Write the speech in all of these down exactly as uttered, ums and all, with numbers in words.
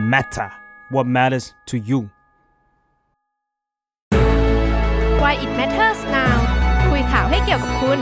matter what matters to you Why it matters now คุยข่าวให้เกี่ยวกับคุณ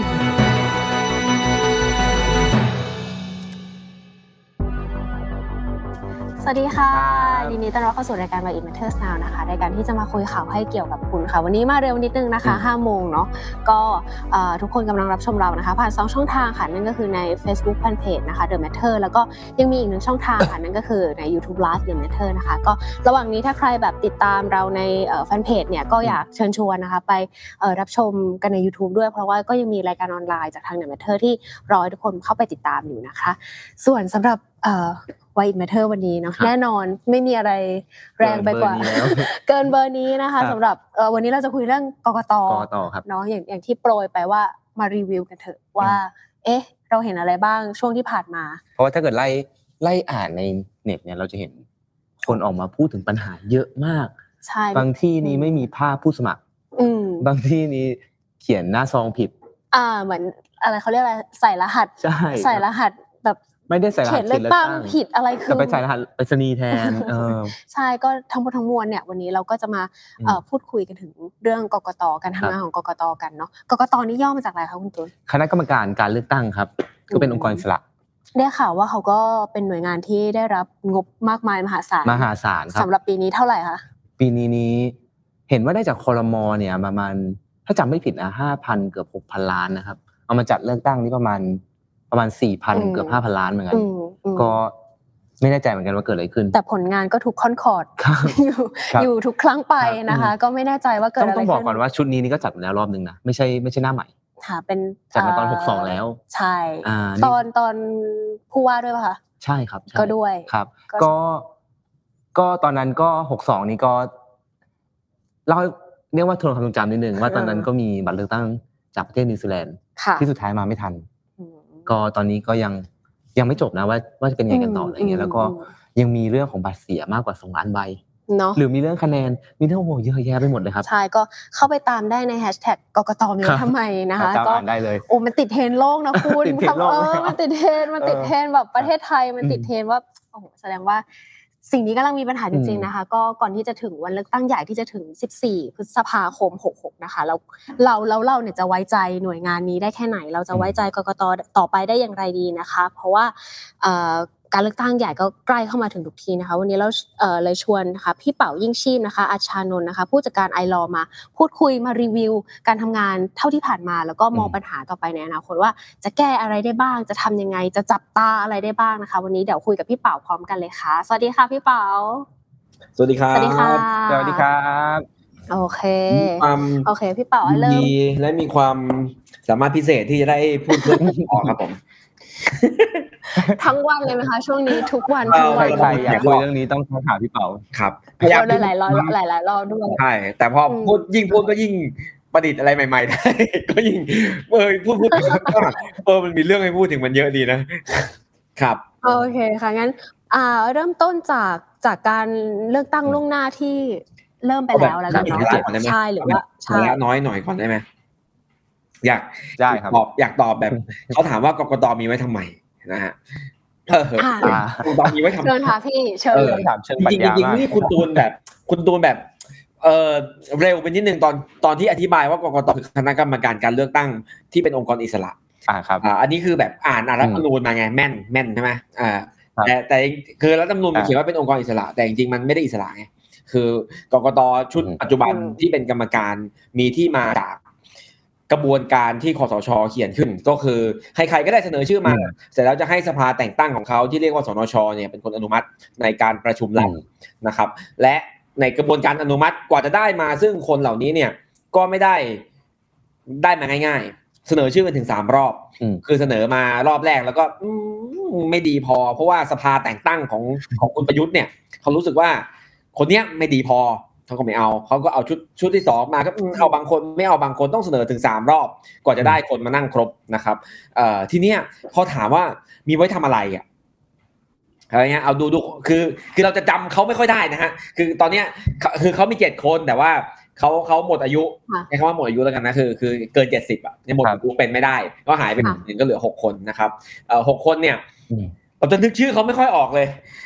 สวัสดีค่ะยินดีต้อนรับเข้าสู่รายการ Why It Matters Now นะคะรายการที่จะมาคุยข่าวให้เกี่ยวกับคุณค่ะวันนี้มาเร็วนิดนึงนะคะ ห้าโมงเนาะก็ทุกคนกำลังรับชมเรานะคะผ่านสองช่องทางค่ะนั่นก็คือใน Facebook Fanpage นะคะ The Matter แล้วก็ยังมีอีกหนึ่งช่องทางค่ะนั่นก็คือใน YouTube Live The Matter นะคะก็ระหว่างนี้ถ้าใครแบบติดตามเราในแฟนเพจเนี่ยก็อยากเชิญชวนนะคะไปรับชมกันใน YouTube ด้วยเพราะว่าก็ยังมีรายการออนไลน์จากทาง The Matter ที่รอให้ทุกคนเข้าไปติดตามอยู่นะคะส่วนสำหรับWhy It Matter วันนี้เนาะแน่นอนไม่มีอะไรแรงไปกว่าเกินเบอร์นี้นะคะสำหรับวันนี้เราจะคุยเรื่องกกต.เนาะอย่างอย่างที่โปรยไปว่ามารีวิวกันเถอะว่าเอ๊ะเราเห็นอะไรบ้างช่วงที่ผ่านมาเพราะว่าถ้าเกิดไล่ไล่อ่านในเน็ตเนี่ยเราจะเห็นคนออกมาพูดถึงปัญหาเยอะมากใช่บางที่นี้ไม่มีภาพผู้สมัครบางที่นี้เขียนหน้าซองผิดอ่าเหมือนอะไรเขาเรียกอะไรใส่รหัสใส่รหัสแบบไม่ได้ใส่รหัสเลือกตั้งผิดอะไรคือแต่ไปใส่รหัสไปรษณีย์แทนเออใช่ก็ทั้งหมดทั้งมวลเนี่ยวันนี้เราก็จะมาเอ่อพูดคุยกันถึงเรื่องกกต.การทำงานของกกต.กันเนาะกกต.นี่ย่อมาจากอะไรคะคุณตูนคณะกรรมการการเลือกตั้งครับก็เป็นองค์กรอิสระได้ข่าวว่าเขาก็เป็นหน่วยงานที่ได้รับงบมากมายมหาศาลมหาศาลครับสำหรับปีนี้เท่าไหร่คะปีนี้นี้เห็นว่าได้จากครม.เนี่ยประมาณถ้าจำไม่ผิดนะ ห้าพัน เกือบ หกพัน ล้านนะครับเอามาจัดเลือกตั้งนี่ประมาณประมาณ สี่พัน เกือบ ห้าพัน ล้านเหมือนกันก็ไม่แน่ใจเหมือนกันว่าเกิดอะไรขึ้นแต่ผลงานก็ถูกคอนคอร์ดอยู่อยู่ทุกครั้งไปนะคะก็ไม่แน่ใจว่าเกิดอะไรขึ้นต้องบอกก่อนว่าชุดนี้นี่ก็จัดมาแล้วรอบนึงนะไม่ใช่ไม่ใช่หน้าใหม่ค่ะเป็นจัดมาตอนหกสิบสองแล้วใช่ตอนตอนผู้ว่าด้วยป่ะคะใช่ครับก็ด้วยครับก็ก็ตอนนั้นก็หกสิบสองนี่ก็เล่าเรียกว่าทวนความทรงจำนิดนึงว่าตอนนั้นก็มีบัตรเลือกตั้งจากประเทศนิวซีแลนด์ที่สุดท้ายมาไม่ทันก็ตอนนี้ก็ยังยังไม่จบนะว่าว่าจะเป็นยังไงกันต่ออะไรเงี้ยแล้วก็ยังมีเรื่องของบัตรเสียมากกว่าสองล้านใบเนาะหรือมีเรื่องคะแนนมีเรื่องโอ้โหเยอะแยะไปหมดเลยครับใช่ก็เข้าไปตามได้ในแฮชแท็กกกตมีไว้ทำไมนะคะก็อ่านได้เลยโอ้มันติดเทรนด์โลกนะคุณเออมันติดเทรนด์มันติดเทรนด์แบบประเทศไทยมันติดเทรนด์ว่าโอ้โหแสดงว่าสิ่งนี้กำลังมีปัญหาจริงๆนะคะก็ก่อนที่จะถึงวันเลือกตั้งใหญ่ที่จะถึงสิบสี่พฤษภาคมหกสิบหกนะคะแล้วเราเราเราเนี่ยจะไว้ใจหน่วยงานนี้ได้แค่ไหนเราจะไว้ใจกกตต่อไปได้อย่างไรดีนะคะเพราะว่าเอ่อการเลือกตั้งใหญ่ก็ใกล้เข้ามาถึงทุกทีนะคะวันนี้เราเอ่อเลยชวนนะคะพี่เป๋ายิ่งชีพนะคะอาชานนท์นะคะผู้จัดการ ไอ แอล โอ มาพูดคุยมารีวิวการทำงานเท่าที่ผ่านมาแล้วก็มองปัญหาต่อไปในอนาคตว่าจะแก้อะไรได้บ้างจะทำยังไงจะจับตาอะไรได้บ้างนะคะวันนี้เดี๋ยวคุยกับพี่เป๋าพร้อมกันเลยค่ะสวัสดีค่ะพี่เป๋าสวัสดีครับสวัสดีค่ะสวัสดีครับโอเคความโอเคพี่เป๋าเริ่มดีและมีความสามารถพิเศษที่จะได้พูดเรื่องออกครับผมทั้งวันเลยไหมคะช่วงนี้ทุกวันทั้งวันใครอยากคุยเรื่องนี้ต้องถามพี่เป๋าครับพยายามหลายๆรอบหลายๆรอบด้วยใช่แต่พอพูดยิ่งพูดก็ยิ่งประดิษฐ์อะไรใหม่ๆได้ก็ยิ่งเออพูดพูดเออมันมีเรื่องให้พูดถึงมันเยอะดีนะครับโอเคค่ะงั้นอ่าเริ่มต้นจากจากการเลือกตั้งล่วงหน้าที่เริ่มไปแล้วแล้วกันเนาะใช่หรือว่าใช่น้อยหน่อยก่อนได้ไหมอยากได้ครับตอบอยากตอบแบบเขาถามว่ากกตมีไว้ทำไมนะฮะเออกกตมีไว้ทำเชิญค่ะพี่เชิญถามเชิงปรัชญาจริงๆนี่คุณตูนแบบคุณตูนแบบเออเร็วไปนิดนึงตอนตอนที่อธิบายว่ากกตคือคณะกรรมการการเลือกตั้งที่เป็นองค์กรอิสระอ่าครับอ่าอันนี้คือแบบอ่านรัฐธรรมนูญมาไงแม่นแม่นใช่ไหมอ่าแต่แต่คือรัฐธรรมนูญมันเขียนว่าเป็นองค์กรอิสระแต่จริงๆมันไม่ได้อิสระไงคือกกตชุดปัจจุบันที่เป็นกรรมการมีที่มาจากกระบวนการที่คสช.เขียนขึ้นก็คือใครๆก็ได้เสนอชื่อมาเสร็จแล้วจะให้สภาแต่งตั้งของเขาที่เรียกว่าสนช.เนี่ยเป็นคนอนุมัติในการประชุมลับนะครับและในกระบวนการอนุมัติกว่าจะได้มาซึ่งคนเหล่านี้เนี่ยก็ไม่ได้ได้มาง่ายๆเสนอชื่อกันถึงสามรอบคือเสนอมารอบแรกแล้วก็ไม่ดีพอเพราะว่าสภาแต่งตั้งของของคุณประยุทธ์เนี่ยเขารู้สึกว่าคนเนี้ยไม่ดีพอเขาก็ไม่เอาเขาก็เอาชุดชุดที่สองมาก็เอาบางคนไม่เอาบางคนต้องเสนอถึงสามรอบกว่าจะได้คนมานั่งครบนะครับเอ่อทีเนี้ยพอถามว่ามีไว้ทำอะไรอ่ะอะไรเงี้ยเอาดูดูคือคือเราจะจำเขาไม่ค่อยได้นะฮะคือตอนเนี้ยคือเขามีเจ็ดคนแต่ว่าเขาเขาหมดอายุใช้คำว่าหมดอายุแล้วกันนะคือคือเกินเจ็ดสิบอ่ะเนี่ยหมดอายุเป็นไม่ได้ก็หายไปหนึ่งก็เหลือหกคนนะครับเอ่อหกคนเนี่ยเราจะนึกชื่อเขาไม่ค่อยออกเลยพ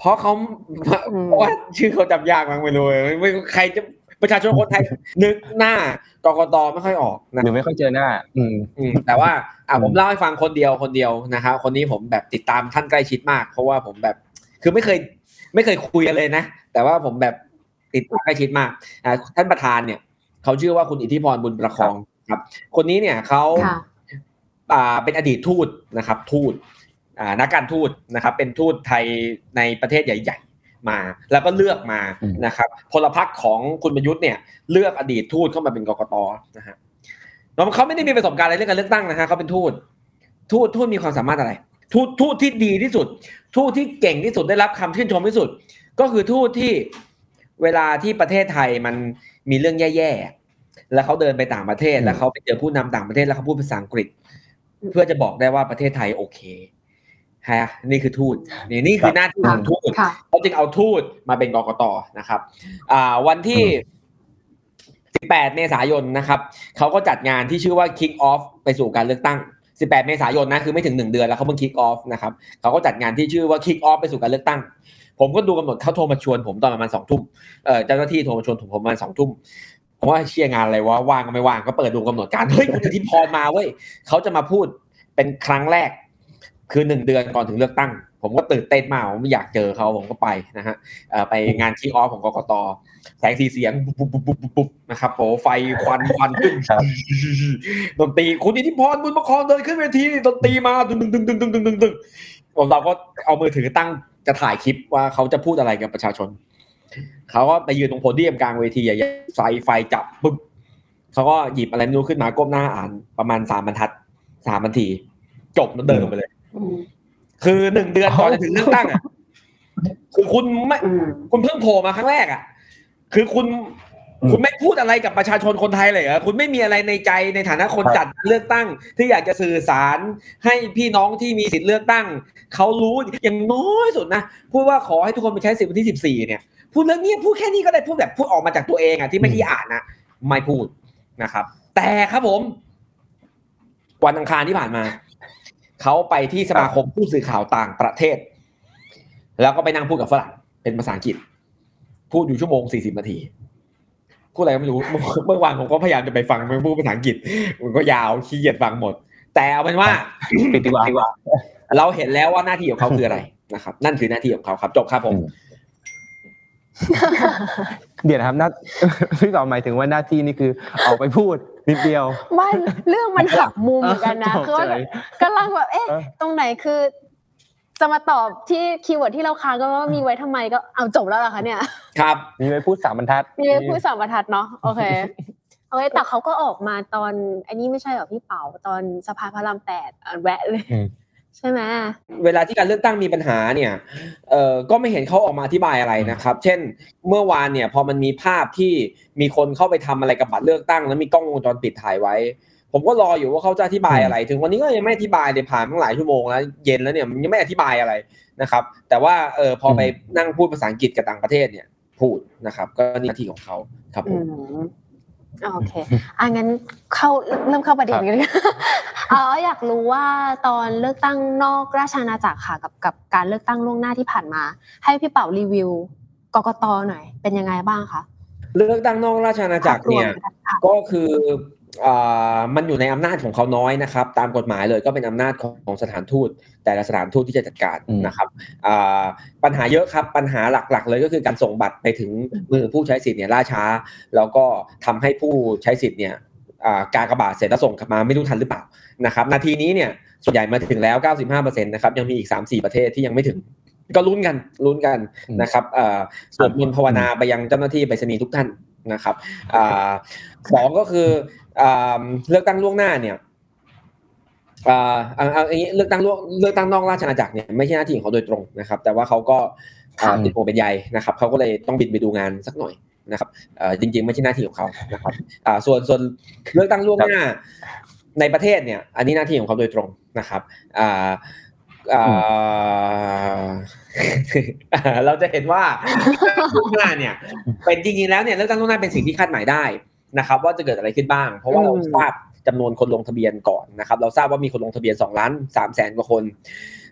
เพราะเขาเพราะว่าชื่อเขาจำยากมั้งไม่รู้ไม่ใครจะประชาชนคนไทยนึกหน้ากกตไม่ค่อยออกนะหรือไม่ค่อยเจอหน้าอืมแต่ว่าอ่ะผมเล่าให้ฟังคนเดียวคนเดียวนะครับคนนี้ผมแบบติดตามท่านใกล้ชิดมากเพราะว่าผมแบบคือไม่เคยไม่เคยคุยกันเลยนะแต่ว่าผมแบบติดตามใกล้ชิดมากอ่าท่านประธานเนี่ยเขาชื่อว่าคุณอิทธิพรบุญประคองครับคนนี้เนี่ยเขาอ่าเป็นอดีตทูตนะครับทูตอ่านักการทูตนะครับเป็นทูตไทยในประเทศใหญ่ๆมาแล้วก็เลือกมานะครับพลพรรคของคุณประยุทธ์เนี่ยเลือกอดีตทูตเข้ามาเป็นกกตนะฮะแล้วเขาไม่ได้มีประสบการณ์อะไรเรื่องการเลือกตั้งนะฮะเขาเป็นทูตทูตทูตมีความสามารถอะไรทูตทูตที่ดีที่สุดทูตที่เก่งที่สุดได้รับคำชื่นชมที่สุดก็คือทูตที่เวลาที่ประเทศไทยมันมีเรื่องแย่ๆแล้วเขาเดินไปต่างประเทศแล้วเขาไปเจอผู้นำต่างประเทศแล้วเขาพูดภาษาอังกฤษเพื่อจะบอกได้ว่าประเทศไทยโอเคฮะนี่คือทูตนี่นี่คือหน้าที่ของทูตเขาจึงเอาทูตมาเป็นกกตนะครับอ่าวันที่สิบแปดเมษายนนะครับเขาก็จัดงานที่ชื่อว่า Kick Off ไปสู่การเลือกตั้งสิบแปดเมษายนนะคือไม่ถึงหนึ่งเดือนแล้วเขาเพิ่ง Kick Off นะครับเขาก็จัดงานที่ชื่อว่า Kick Off ไปสู่การเลือกตั้งผมก็ดูกำหนดเขาโทรมาชวนผมตอนประมาณ สองทุ่มเอ่อเจ้าหน้าที่โทรมาชวนผมประมาณ สองทุ่มผมว่าเชี่ยงานอะไรวะว่างก็ไม่ว่างก็เปิดดูกำหนดการเฮ้ยคุณอิทธิพรมาเว้ยเขาจะมาพูดเป็นครั้งแรกคือหนึ่งเดือนก่อนถึงเลือกตั้งผมก็ตื่นเต้นมากผมอยากเจอเขาผมก็ไปนะฮะเอ่อไปงานคิกออฟของกกตแสงสีเสียงปุ๊บๆๆๆนะครับโหไฟควันควันขึ้นดนตรีคุณอิทธิพรบุญประคองเดินขึ้นเวทีดนตรีมาดึงๆๆๆๆผมเราก็เอามือถือตั้งจะถ่ายคลิปว่าเขาจะพูดอะไรกับประชาชนเขาก็ไปยืนตรงโพเดียมกลางเวทีใหญ่ๆไฟไฟจับปึ๊บเขาก็หยิบอะไรไม่รู้ขึ้นมาก้มหน้าอ่านประมาณสามบรรทัดสามนาทีจบแล้วเดินออกไปเลยคือหนึ่งเดือนก่อนจะถึงเลือกตั้งอ่ะคือคุณไม่คุณเพิ่งโผล่มาครั้งแรกอ่ะคือคุณคุณไม่พูดอะไรกับประชาชนคนไทยเลยเหรอคุณไม่มีอะไรในใจในฐานะคนจัดเลือกตั้งที่อยากจะสื่อสารให้พี่น้องที่มีสิทธิ์เลือกตั้งเขารู้อย่างน้อยสุดนะพูดว่าขอให้ทุกคนไปใช้สิทธิ์วันที่สิบสี่เนี่ยพูดเรื่องนี้พูดแค่นี้ก็ได้พูดแบบพูดออกมาจากตัวเองอ่ะที่ไม่ขี้อ่านนะไม่พูดนะครับแต่ครับผมวันอังคารที่ผ่านมาเขาไปที่สมาคมผู้สื่อข่าวต่างประเทศแล้วก็ไปนั่งพูดกับฝรั่งเป็นภาษาอังกฤษพูดอยู่ชั่วโมงสี่สิบนาทีพูดอะไรก็ไม่รู้เมื่อวานผมก็พยายามจะไปฟังมันพูดภาษาอังกฤษมันก็ยาวขี้เกียจฟังหมดแต่เอาเป็นว่าปิดดีกว่าเราเห็นแล้วว่าหน้าที่ของเขาคืออะไรนะครับนั่นคือหน้าที่ของเขาครับจบครับผมเดี๋ยวนะครับหน้าพี่ต่อหมายถึงว่าหน้าที่นี่คือออกไปพูดนิดเดียวไม่เรื่องมันหักมุมเหมือนกันนะคือว่ากำลังแบบเอ๊ะตรงไหนคือจะมาตอบที่คีย์เวิร์ดที่เราค้างก็ว่ามีไว้ทำไมก็เอาจบแล้วเหรอคะเนี่ยครับมีไว้พูดสามบรรทัดมีไว้พูดสามบรรทัดเนาะโอเคโอเคแต่เขาก็ออกมาตอนอันนี้ไม่ใช่หรอพี่เป๋าตอนสภาพระรามแปดแวะเลยใช่ไหมเวลาที่การเลือกตั้งมีปัญหาเนี่ยเอ่อก็ไม่เห็นเขาออกมาอธิบายอะไรนะครับเช่นเมื่อวานเนี่ยพอมันมีภาพที่มีคนเข้าไปทำอะไรกับบัตรเลือกตั้งแล้วมีกล้องวงจรปิดถ่ายไว้ผมก็รออยู่ว่าเขาจะอธิบายอะไรถึงวันนี้ก็ยังไม่อธิบายเลยผ่านมาหลายชั่วโมงแล้วเย็นแล้วเนี่ยมันยังไม่อธิบายอะไรนะครับแต่ว่าเออพอไปนั่งพูดภาษาอังกฤษกับต่างประเทศเนี่ยพูดนะครับก็หน้าที่ของเขาครับผมโอเคอ่ะงั้นเข้าเริ่มเข้าประเด็นกันเลยอ๋ออยากรู้ว่าตอนเลือกตั้งนอกราชอาณาจักรค่ะกับกับการเลือกตั้งล่วงหน้าที่ผ่านมาให้พี่เป๋ารีวิวกกตหน่อยเป็นยังไงบ้างคะเลือกตั้งนอกราชอาณาจักรเนี่ยก็คืออ่ามันอยู่ในอำนาจของเขาน้อยนะครับตามกฎหมายเลยก็เป็นอำนาจของสถานทูตแต่ละสถานทูตที่จะจัดการนะครับอ่าปัญหาเยอะครับปัญหาหลักๆเลยก็คือการส่งบัตรไปถึงมือผู้ใช้สิทธิ์เนี่ยล่าช้าแล้วก็ทำให้ผู้ใช้สิทธิ์เนี่ยอ่ากากบาทเสร็จแล้วส่งกลับมาไม่รู้ทันหรือเปล่านะครับนาทีนี้เนี่ยส่วนใหญ่มาถึงแล้ว เก้าสิบห้าเปอร์เซ็นต์ นะครับยังมีอีก สามสี่ ประเทศที่ยังไม่ถึงก็ลุ้นกันลุ้นกันนะครับอ่าสวดมนต์ภาวนาไปยังเจ้าหน้าที่ไปรษณีย์ทุกท่านนะครับอ่าสองก็คืออ่าเลือกตั้งล่วงหน้าเนี่ยอ่าเอาอย่างนี้เลือกตั้งล่วงเลือกตั้งนอกราชอาณาจักรเนี่ยไม่ใช่หน้าที่ของเขาโดยตรงนะครับแต่ว่าเขาก็ติดโผเป็นใยนะครับเขาก็เลยต้องบินไปดูงานสักหน่อยนะครับอ่าจริงๆไม่ใช่หน้าที่ของเขานะครับอ่าส่วนส่วนเลือกตั้งล่วงหน้าในประเทศเนี่ยอันนี้หน้าที่ของเขาโดยตรงนะครับอ่าอ่าเราจะเห็นว่าล่วงหน้าเนี่ยเป็นจริงๆแล้วเนี่ยเลือกตั้งล่วงหน้าเป็นสิ่งที่คาดหมายได้นะครับว่าจะเกิดอะไรขึ้นบ้างเพราะว่าเราทราบจำนวนคนลงทะเบียนก่อนนะครับเราทราบว่ามีคนลงทะเบียนสองล้านสามแสนกว่าคน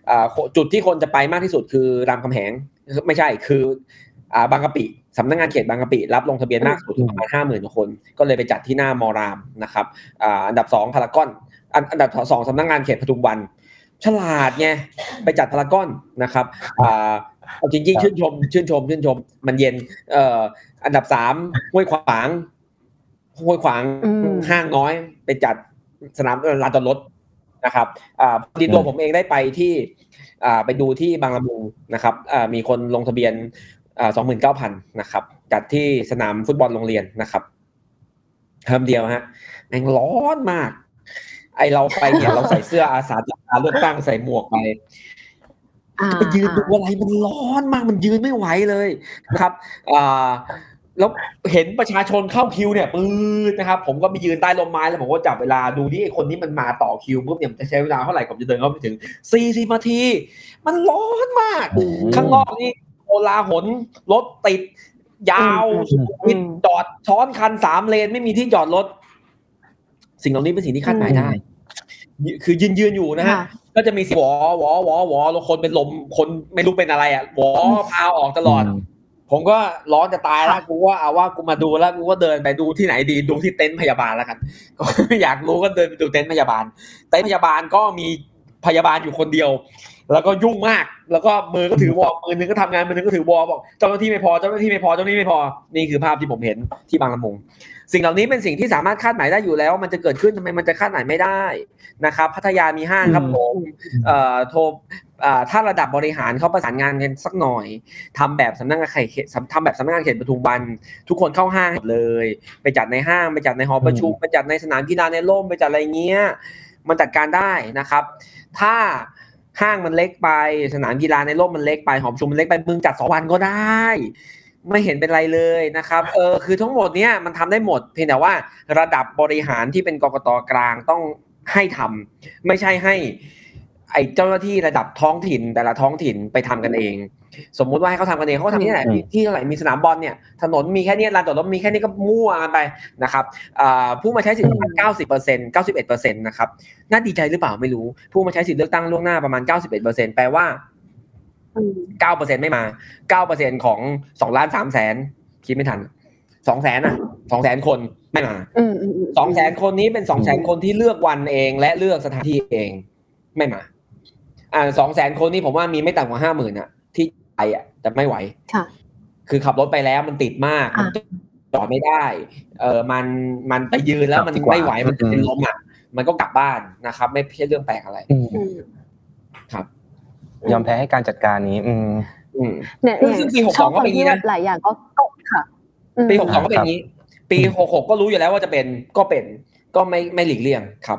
อ่าจุดที่คนจะไปมากที่สุดคือรามคำแหงไม่ใช่คืออ่าบางกะปิสำนักงานเขตบางกะปิรับลงทะเบียนมากสุดประมาณ ห้าหมื่น คนก็เลยไปจัดที่หน้ามอรามนะครับอ่าอันดับสองพารากอนอันดับสองสำนักงานเขตปทุมวันฉลาดไงไปจัดพารากอนนะครับอ่าจริงๆชื่นชมชื่นชมชื่นชมมันเย็นเอ่ออันดับสามห้วยขวางห้วยขวางห้างน้อยไปจัดสนามลานจอดรถนะครับอ่าพอดีตัวผมเองได้ไปที่อ่าไปดูที่บางละมุงนะครับอ่ามีคนลงทะเบียนอ่า สองหมื่นเก้าพัน นะครับจัดที่สนามฟุตบอลโรงเรียนนะครับเทอมเดียวฮะแม่งร้อนมากไอเราไปเนี่ยเราใส่เสื้ออาสาจัดการเลือกตั้งใส่หมวกไปจะไปยืนดูอะไรมันร้อนมากมันยืนไม่ไหวเลยนะครับอ่าแล้วเห็นประชาชนเข้าคิวเนี่ยปื๊ดนะครับผมก็ไปยืนใต้ร่มไม้แล้วผมก็จับเวลาดูที่ไอ้คนนี้มันมาต่อคิวปุ๊บเนี่ยมันจะใช้เวลาเท่าไหร่ก่อนจะเดินเข้าไปถึงสี่สิบนาทีมันร้อนมากข้างนอกนี่โอลาหลรถติดยาวสุดจอดช้อนคันสามเลนไม่มีที่จอดรถสิ่งเหล่านี้เป็นสิ่งที่คาดหมายได้คือยืนยืนอยู่นะฮะก็จะมีเสียงหวอหวอหวอหวอแล้วคนเป็นลมคนไม่รู้เป็นอะไรอ่ะหวอพาออกตลอดผมก็ร้อนจะตายแล้วกูว่าเอาว่ากูมาดูแล้วกูก็เดินไปดูที่ไหนดีดูที่เต็นท์พยาบาลแล้วกันก็ไม่อยากรู้ก็เดินไปดูเต็นท์พยาบาลเต็นท์พยาบาลก็มีพยาบาลอยู่คนเดียวแล้วก็ยุ่งมากแล้วก็มือก็ถือวอลมือนึงก็ทำงานมือนึงก็ถือวอลบอกเจ้าหน้าที่ไม่พอเจ้าหน้าที่ไม่พอเจ้าหน้าที่ไม่พอนี่คือภาพที่ผมเห็นที่บางละมุงสิ่งเหล่านี้เป็นสิ่งที่สามารถคาดหมายได้อยู่แล้วมันจะเกิดขึ้นทำไมมันจะคาดหมายไม่ได้นะครับพัทยามีห้างครับผมเอ่อโทรอ่าถ้าระดับบริหารเขาประสานงานกันสักหน่อยทำแบบสำนักงานเขตทำแบบสำนักงานเขตปทุมวันทุกคนเข้าห้างเลยไปจัดในห้างไปจัดในหอประชุมไปจัดในสนามกีฬาในร่มไปจัดอะไรเงี้ยมันจัดการได้นะครับถ้าห้างมันเล็กไปสนามกีฬาในร่มมันเล็กไปหอประชุมมันเล็กไปมึงจัดสองวันก็ได้ไม่เห็นเป็นไรเลยนะครับเออคือทั้งหมดเนี้ยมันทำได้หมดเพียงแต่ว่าระดับบริหารที่เป็นกกต.กลางต้องให้ทำไม่ใช่ให้ไอ้เจ้าหน้าที่ระดับท้องถิ่นแต่ละท้องถิ่นไปทำกันเอง สมมุติว่าให้เขาทำกันเองเขาก็ทำที่ไหนที่เท่าไหร่มีสนามบอลเนี่ยถนนมีแค่นี้ลานจอดรถมีแค่นี้ก็มั่วกันไปนะครับผู้มาใช้สิทธิ์ประมาณ เก้าสิบเปอร์เซ็นต์ เก้าสิบเอ็ดเปอร์เซ็นต์ นะครับน่าดีใจหรือเปล่าไม่รู้ผู้มาใช้สิทธิ์เลือกตั้งล่วงหน้าประมาณ เก้าสิบเอ็ดเปอร์เซ็นต์ แปลว่า เก้าเปอร์เซ็นต์ ไม่มา เก้าเปอร์เซ็นต์ ของสองล้านสามแสนคิดไม่ทัน สองแสน น่ะ สองแสน คนไม่มาสองแสน คนนี้เป็น สองแสน คนที่เลือกวันเองและเลือกสถานที่เองไม่มาอ่า สองแสน คนนี้ผมว่ามีไม่ต่ำกว่า ห้าหมื่น อ่ะที่ไปอ่ะแต่ไม่ไหวค่ะคือขับรถไปแล้วมันติดมากมันจอดไม่ได้เออมันมันไปยืนแล้วมันไม่ไหวมันจะเป็นลมอ่ะมันก็กลับบ้านนะครับไม่ใช่เรื่องแปลกอะไรครับยอมแพ้ให้การจัดการนี้อืมอืมเนี่ยซึ่งปีหกสิบสองก็เป็นอย่างนี้นะหลายอย่างก็ค่ะปีหกสิบสองก็เป็นอย่างนี้ปีหกสิบหกก็รู้อยู่แล้วว่าจะเป็นก็เป็นก็ไม่ไม่หลีกเลี่ยงครับ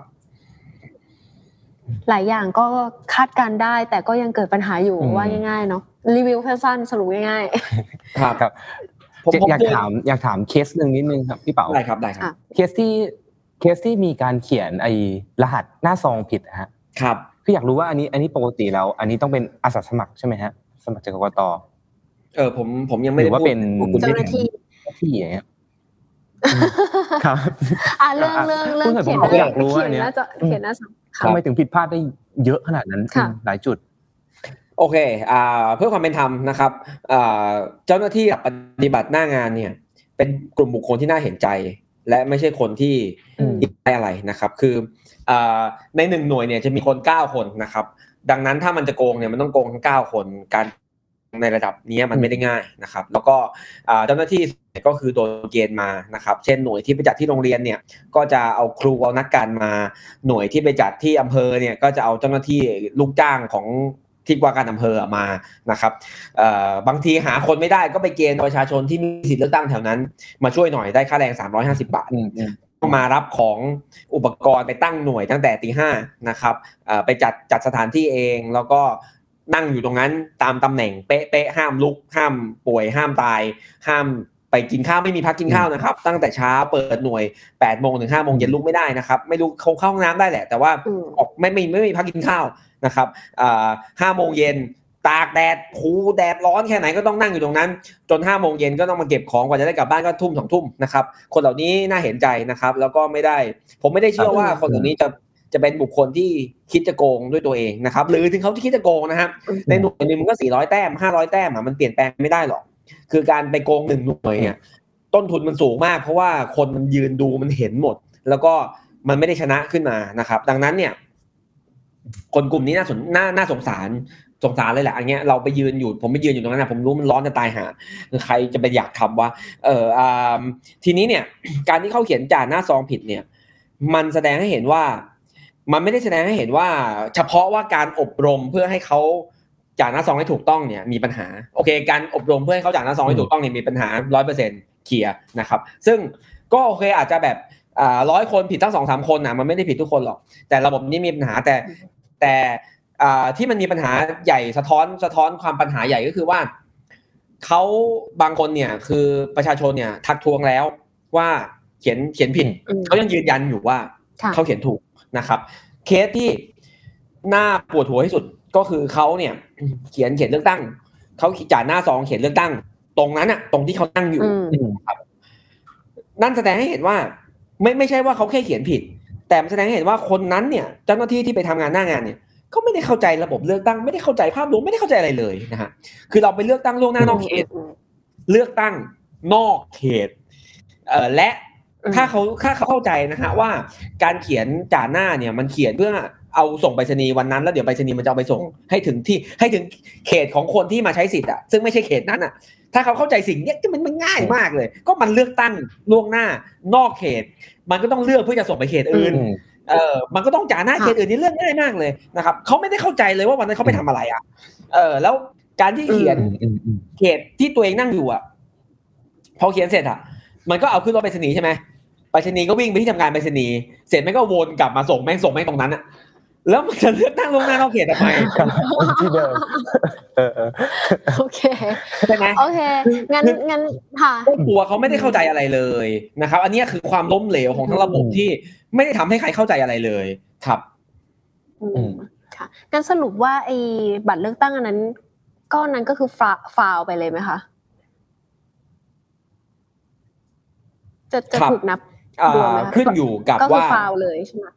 หลายอย่างก็คาดการได้แต่ก็ยังเกิดปัญหาอยู่ว่าง่ายๆเนาะรีวิวสั้นๆสรุปง่ายๆครับครับผมอยากถามอยากถามเคสนึงนิดนึงครับพี่เป๋าได้ครับได้ครับเคสที่เคสที่มีการเขียนไอ้รหัสหน้าซองผิดฮะครับคืออยากรู้ว่าอันนี้อันนี้ปกติแล้วอันนี้ต้องเป็นอาสาสมัครใช่ไหมฮะสมัครจากกกต. เออผมผมยังไม่ได้ว่าเป็นเจ้าหน้าที่ที่อย่างเงี้ยครับอ่ะเรื่องเรื่องเรื่องเขียนอยากรู้ว่าเนี่ยเขียนหน้าซองทำไมถึงผิดพลาดได้เยอะขนาดนั้นหลายจุดโอเคอ่าเพื่อความเป็นธรรมนะครับอ่าเจ้าหน้าที่ปฏิบัติหน้างานเนี่ยเป็นกลุ่มบุคคลที่น่าเห็นใจและไม่ใช่คนที่ได้อะไรนะครับคืออ่าในหนึ่งหน่วยเนี่ยจะมีคนเก้าคนนะครับดังนั้นถ้ามันจะโกงเนี่ยมันต้องโกงทั้งเก้าคนการในระดับนี้มันไม่ได้ง่ายนะครับแล้วก็เจ้าหน้าที่ก็คือโดนเกณฑ์มานะครับเช่นหน่วยที่ไปจัดที่โรงเรียนเนี่ยก็จะเอาครูเอานักการมาหน่วยที่ไปจัดที่อำเภอเนี่ยก็จะเอาเจ้าหน้าที่ลูกจ้างของที่ว่าการอำเภอมานะครับบางทีหาคนไม่ได้ก็ไปเกณฑ์ประชาชนที่มีสิทธิ์เลือกตั้งแถวนั้นมาช่วยหน่อยได้ค่าแรงสามร้อยห้าสิบบาทมารับของอุปกรณ์ไปตั้งหน่วยตั้งแต่ตีห้านะครับไปจัดจัดสถานที่เองแล้วก็นั่งอยู่ตรงนั้นตามตำแหน่งเป๊ะๆห้ามลุกห้ามป่วยห้ามตายห้ามไปกินข้าวไม่มีพักกินข้าวนะครับตั้งแต่เช้าเปิดหน่วย แปดโมง ถึง ห้าโมง เย็นลุกไม่ได้นะครับไม่รู้คงเข้าห้องน้ำได้แหละแต่ว่าออกไม่ไม่ไม่มีพักกินข้าวนะครับอ่า ห้าโมง เย็นตากแดดหูแดดร้อนแค่ไหนก็ต้องนั่งอยู่ตรงนั้นจน ห้าโมง เย็นก็ต้องมาเก็บของกว่าจะได้กลับบ้านก็ทุ่มสองทุ่มนะครับคนเหล่านี้น่าเห็นใจนะครับแล้วก็ไม่ได้ผมไม่ได้เชื่อว่าคนเหล่านี้จะจะเป็นบุคคลที่คิดจะโกงด้วยตัวเองนะครับหรือถึงเขาที่คิดจะโกงนะครับในหน่วยนึงมันก็สี่ร้อยแต้มห้าร้อยแต้มอ่ะมันเปลี่ยนแปลงไม่ได้หรอกคือการไปโกงหนึ่งหน่วยเนี่ยต้นทุนมันสูงมากเพราะว่าคนมันยืนดูมันเห็นหมดแล้วก็มันไม่ได้ชนะขึ้นมานะครับดังนั้นเนี่ยคนกลุ่มนี้น่าสนน่าน่าสงสารสงสารเลยแหละอันเนี้ยเราไปยืนอยู่ผมไปยืนอยู่ตรงนั้นนะผมรู้มันร้อนจะตายหาใครจะไปอยากทำว่าเอออ่าทีนี้เนี่ยการที่เขาเขียนจ่าหน้าซองผิดเนี่ยมันแสดงให้เห็นว่ามันไม่ได้แสดงให้เห็นว่าเฉพาะว่าการอบรมเพื่อให้เขาจ่าหน้าซองให้ถูกต้องเนี่ยมีปัญหาโอเคการอบรมเพื่อให้เขาจ่าหน้าซองให้ถูกต้องเนี่ยมีปัญหา ร้อยเปอร์เซ็นต์ เคลียร์นะครับซึ่งก็โอเคอาจจะแบบอ่าร้อยคนผิดทั้ง สองสาม คนน่ะมันไม่ได้ผิดทุกคนหรอกแต่ระบบนี้มีปัญหาแต่แต่อ่าที่มันมีปัญหาใหญ่สะท้อนสะท้อนความปัญหาใหญ่ก็คือว่าเขาบางคนเนี่ยคือประชาชนเนี่ยทักท้วงแล้วว่าเขียนเขียนผิดเขายังยืนยันอยู่ว่าเขาเขียนถูกนะครับเคสที่น่าปวดหัวที่สุดก็คือเขาเนี่ยเขียนเขียนเลือกตั้งเขาจ่าหน้าซองเขียนเลือกตั้งตรงนั้นอะตรงที่เขานั่งอยู่ครับนั่นแสดงให้เห็นว่าไม่ไม่ใช่ว่าเขาแค่เขียนผิดแต่แสดงให้เห็นว่าคนนั้นเนี่ยเจ้าหน้าที่ที่ไปทำงานหน้างานเนี่ยก็ไม่ได้เข้าใจระบบเลือกตั้งไม่ได้เข้าใจภาพรวมไม่ได้เข้าใจอะไรเลยนะฮะคือเราไปเลือกตั้งล่วงหน้านอกเขตเลือกตั้งนอกเขตเอ่อและถ้าเขาถ้าเขาเข้าใจนะฮะว่าการเขียนจ่าหน้าเนี่ยมันเขียนเพื่อเอาส่งไปรษณีย์วันนั้นแล้วเดี๋ยวไปรษณีย์มันจะเอาไปส่งให้ถึงที่ให้ถึงเขตของคนที่มาใช้สิทธิ์อ่ะซึ่งไม่ใช่เขตนั้นอ่ะถ้าเขาเข้าใจสิ่งนี้มันมันง่ายมากเลยก็มันเลือกตั้งล่วงหน้านอกเขตมันก็ต้องเลือกเพื่อจะส่งไปเขตอื่นเออมันก็ต้องจ่าหน้าเขตอื่นนี่เรื่องง่ายมากเลยนะครับเขาไม่ได้เข้าใจเลยว่าวันนั้นเขาไปทำอะไรอ่ะเออแล้วการที่เขียนเขตที่ตัวเองนั่งอยู่อ่ะพอเขียนเสร็จอ่ะมันก็เอาขึ้นรถไปรษณีย์ใช่ไหมไปรษณีย์ก็วิ่งไปที่ทำงานไปรษณีย์เสร็จแม่งก็วนกลับมาส่งแม่งส่งแม่งตรงนั้นอ่ะแล้วมันจะเลือกตั้งล่วงหน้านอกเขตทำไมที่เดิมเออโอเคใช่ไหมโอเคงั้นงั้นค่ะตัวเขาไม่ได้เข้าใจอะไรเลยนะครับอันนี้คือความล้มเหลวของทั้งระบบที่ไม่ได้ทำให้ใครเข้าใจอะไรเลยครับอืมค่ะงั้นสรุปว่าไอ้บัตรเลือกตั้งอันนั้นก้อนนั้นก็คือฟาวไปเลยไหมคะจะจะถูกนับรวมไหมคะขึ้นอยู่กับว่าก็คือฟาวเลยใช่ไหม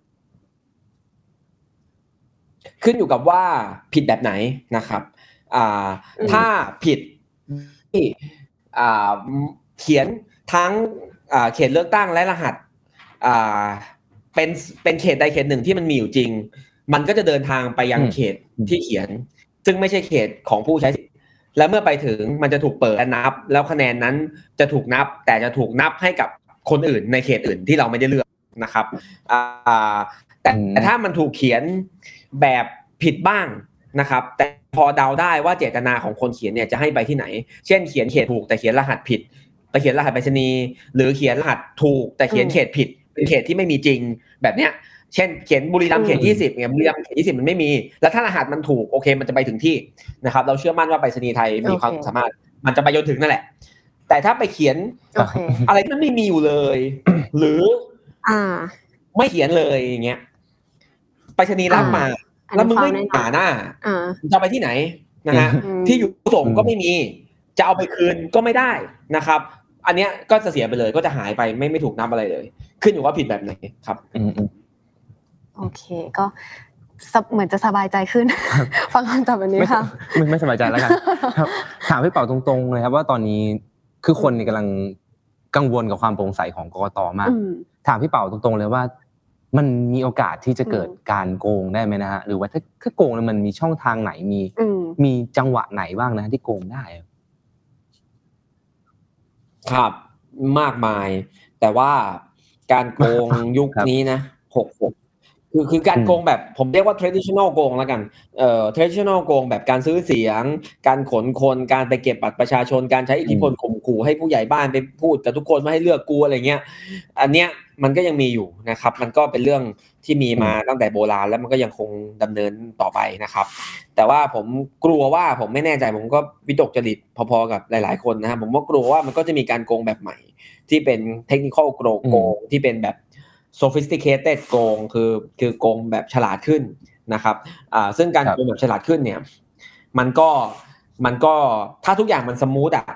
ขึ้นอยู่กับว่าผิดแบบไหนนะครับอ่าถ้าผิดที่อ่าเขียนทั้งอ่าเขตเลือกตั้งและรหัสอ่าเป็นเป็นเขตใดเขตหนึ่งที่มันมีอยู่จริงมันก็จะเดินทางไปยังเขตที่เขียนซึ่งไม่ใช่เขตของผู้ใช้สิทธิ์และเมื่อไปถึงมันจะถูกเปิดและนับแล้วคะแนนนั้นจะถูกนับแต่จะถูกนับให้กับคนอื่นในเขตอื่นที่เราไม่ได้เลือกนะครับอ่าแต่แต่ถ้ามันถูกเขียนแบบผิดบ้างนะครับแต่พอเดาได้ว่าเจตนาของคนเขียนเนี่ยจะให้ไปที่ไหนเช่นเขียนเขตถูกแต่เขียนรหัสผิดไปเขียนรหัสไปรษณีย์หรือเขียนรหัสถูกแต่เขียนเขตผิดเป็นเขตที่ไม่มีจริงแบบเนี้ยเช่นเขียนบุรีรัมย์เขตยี่สิบเนี่ยบุรีรัมย์เขตยี่สิบมันไม่มีแล้วถ้ารหัสมันถูกโอเคมันจะไปถึงที่นะครับเราเชื่อมั่นว่าไปรษณีย์ไทยมีความสามารถมันจะไปจนถึงนั่นแหละแต่ถ้าไปเขียนอะไรที่มันไม่มีอยู่เลยหรืออ่าไม่เขียนเลยอย่างเงี้ยไปรษณีย์รับมาแล้วมึงไม่หาหน้าจะไปที่ไหนนะฮะที่อยู่ส่งก็ไม่มีจะเอาไปคืนก็ไม่ได้นะครับอันเนี้ยก็จะเสียไปเลยก็จะหายไปไม่ไม่ถูกนับอะไรเลยขึ้นอยู่ว่าผิดแบบไหนครับโอเคก็เหมือนจะสบายใจขึ้นฟังคำตอบแบบนี้ค่ะไม่ไม่สบายใจแล้วกันครับถามพี่เป่าตรงๆเลยครับว่าตอนนี้คือคนนี่กำลังกังวลกับความโปร่งใสของกกต.มากถามพี่เป่าตรงๆเลยว่ามันมีโอกาสที่จะเกิดการโกงได้ไหมนะฮะหรือว่าถ้าถ้าโกงแล้วมันมีช่องทางไหนมีมีจังหวะไหนบ้างนะที่โกงได้ครับมากมายแต่ว่าการโกงยุคนี้นะหก หกคือคือการโกงแบบผมเรียกว่า traditional โกงแล้วกันเอ่อ traditional โกงแบบการซื้อเสียงการขนคนการไปเก็บบัตรประชาชนการใช้อิทธิพลข่มขู่ให้ผู้ใหญ่บ้านไปพูดกับทุกคนว่าให้เลือกกูอะไรเงี้ยอันเนี้ยมันก็ยังมีอยู่นะครับมันก็เป็นเรื่องที่มีมาตั้งแต่โบราณแล้วมันก็ยังคงดำเนินต่อไปนะครับแต่ว่าผมกลัวว่าผมไม่แน่ใจผมก็วิตกจริตพอๆกับหลายๆคนนะครับผมว่ากลัวว่ามันก็จะมีการโกงแบบใหม่ที่เป็น technical โกงที่เป็นแบบsophisticated โกงคือคือโกงแบบฉลาดขึ้นนะครับอ่าซึ่งการโกงแบบฉลาดขึ้นเนี่ยมันก็มันก็ถ้าทุกอย่างมันสมูทอ่ะ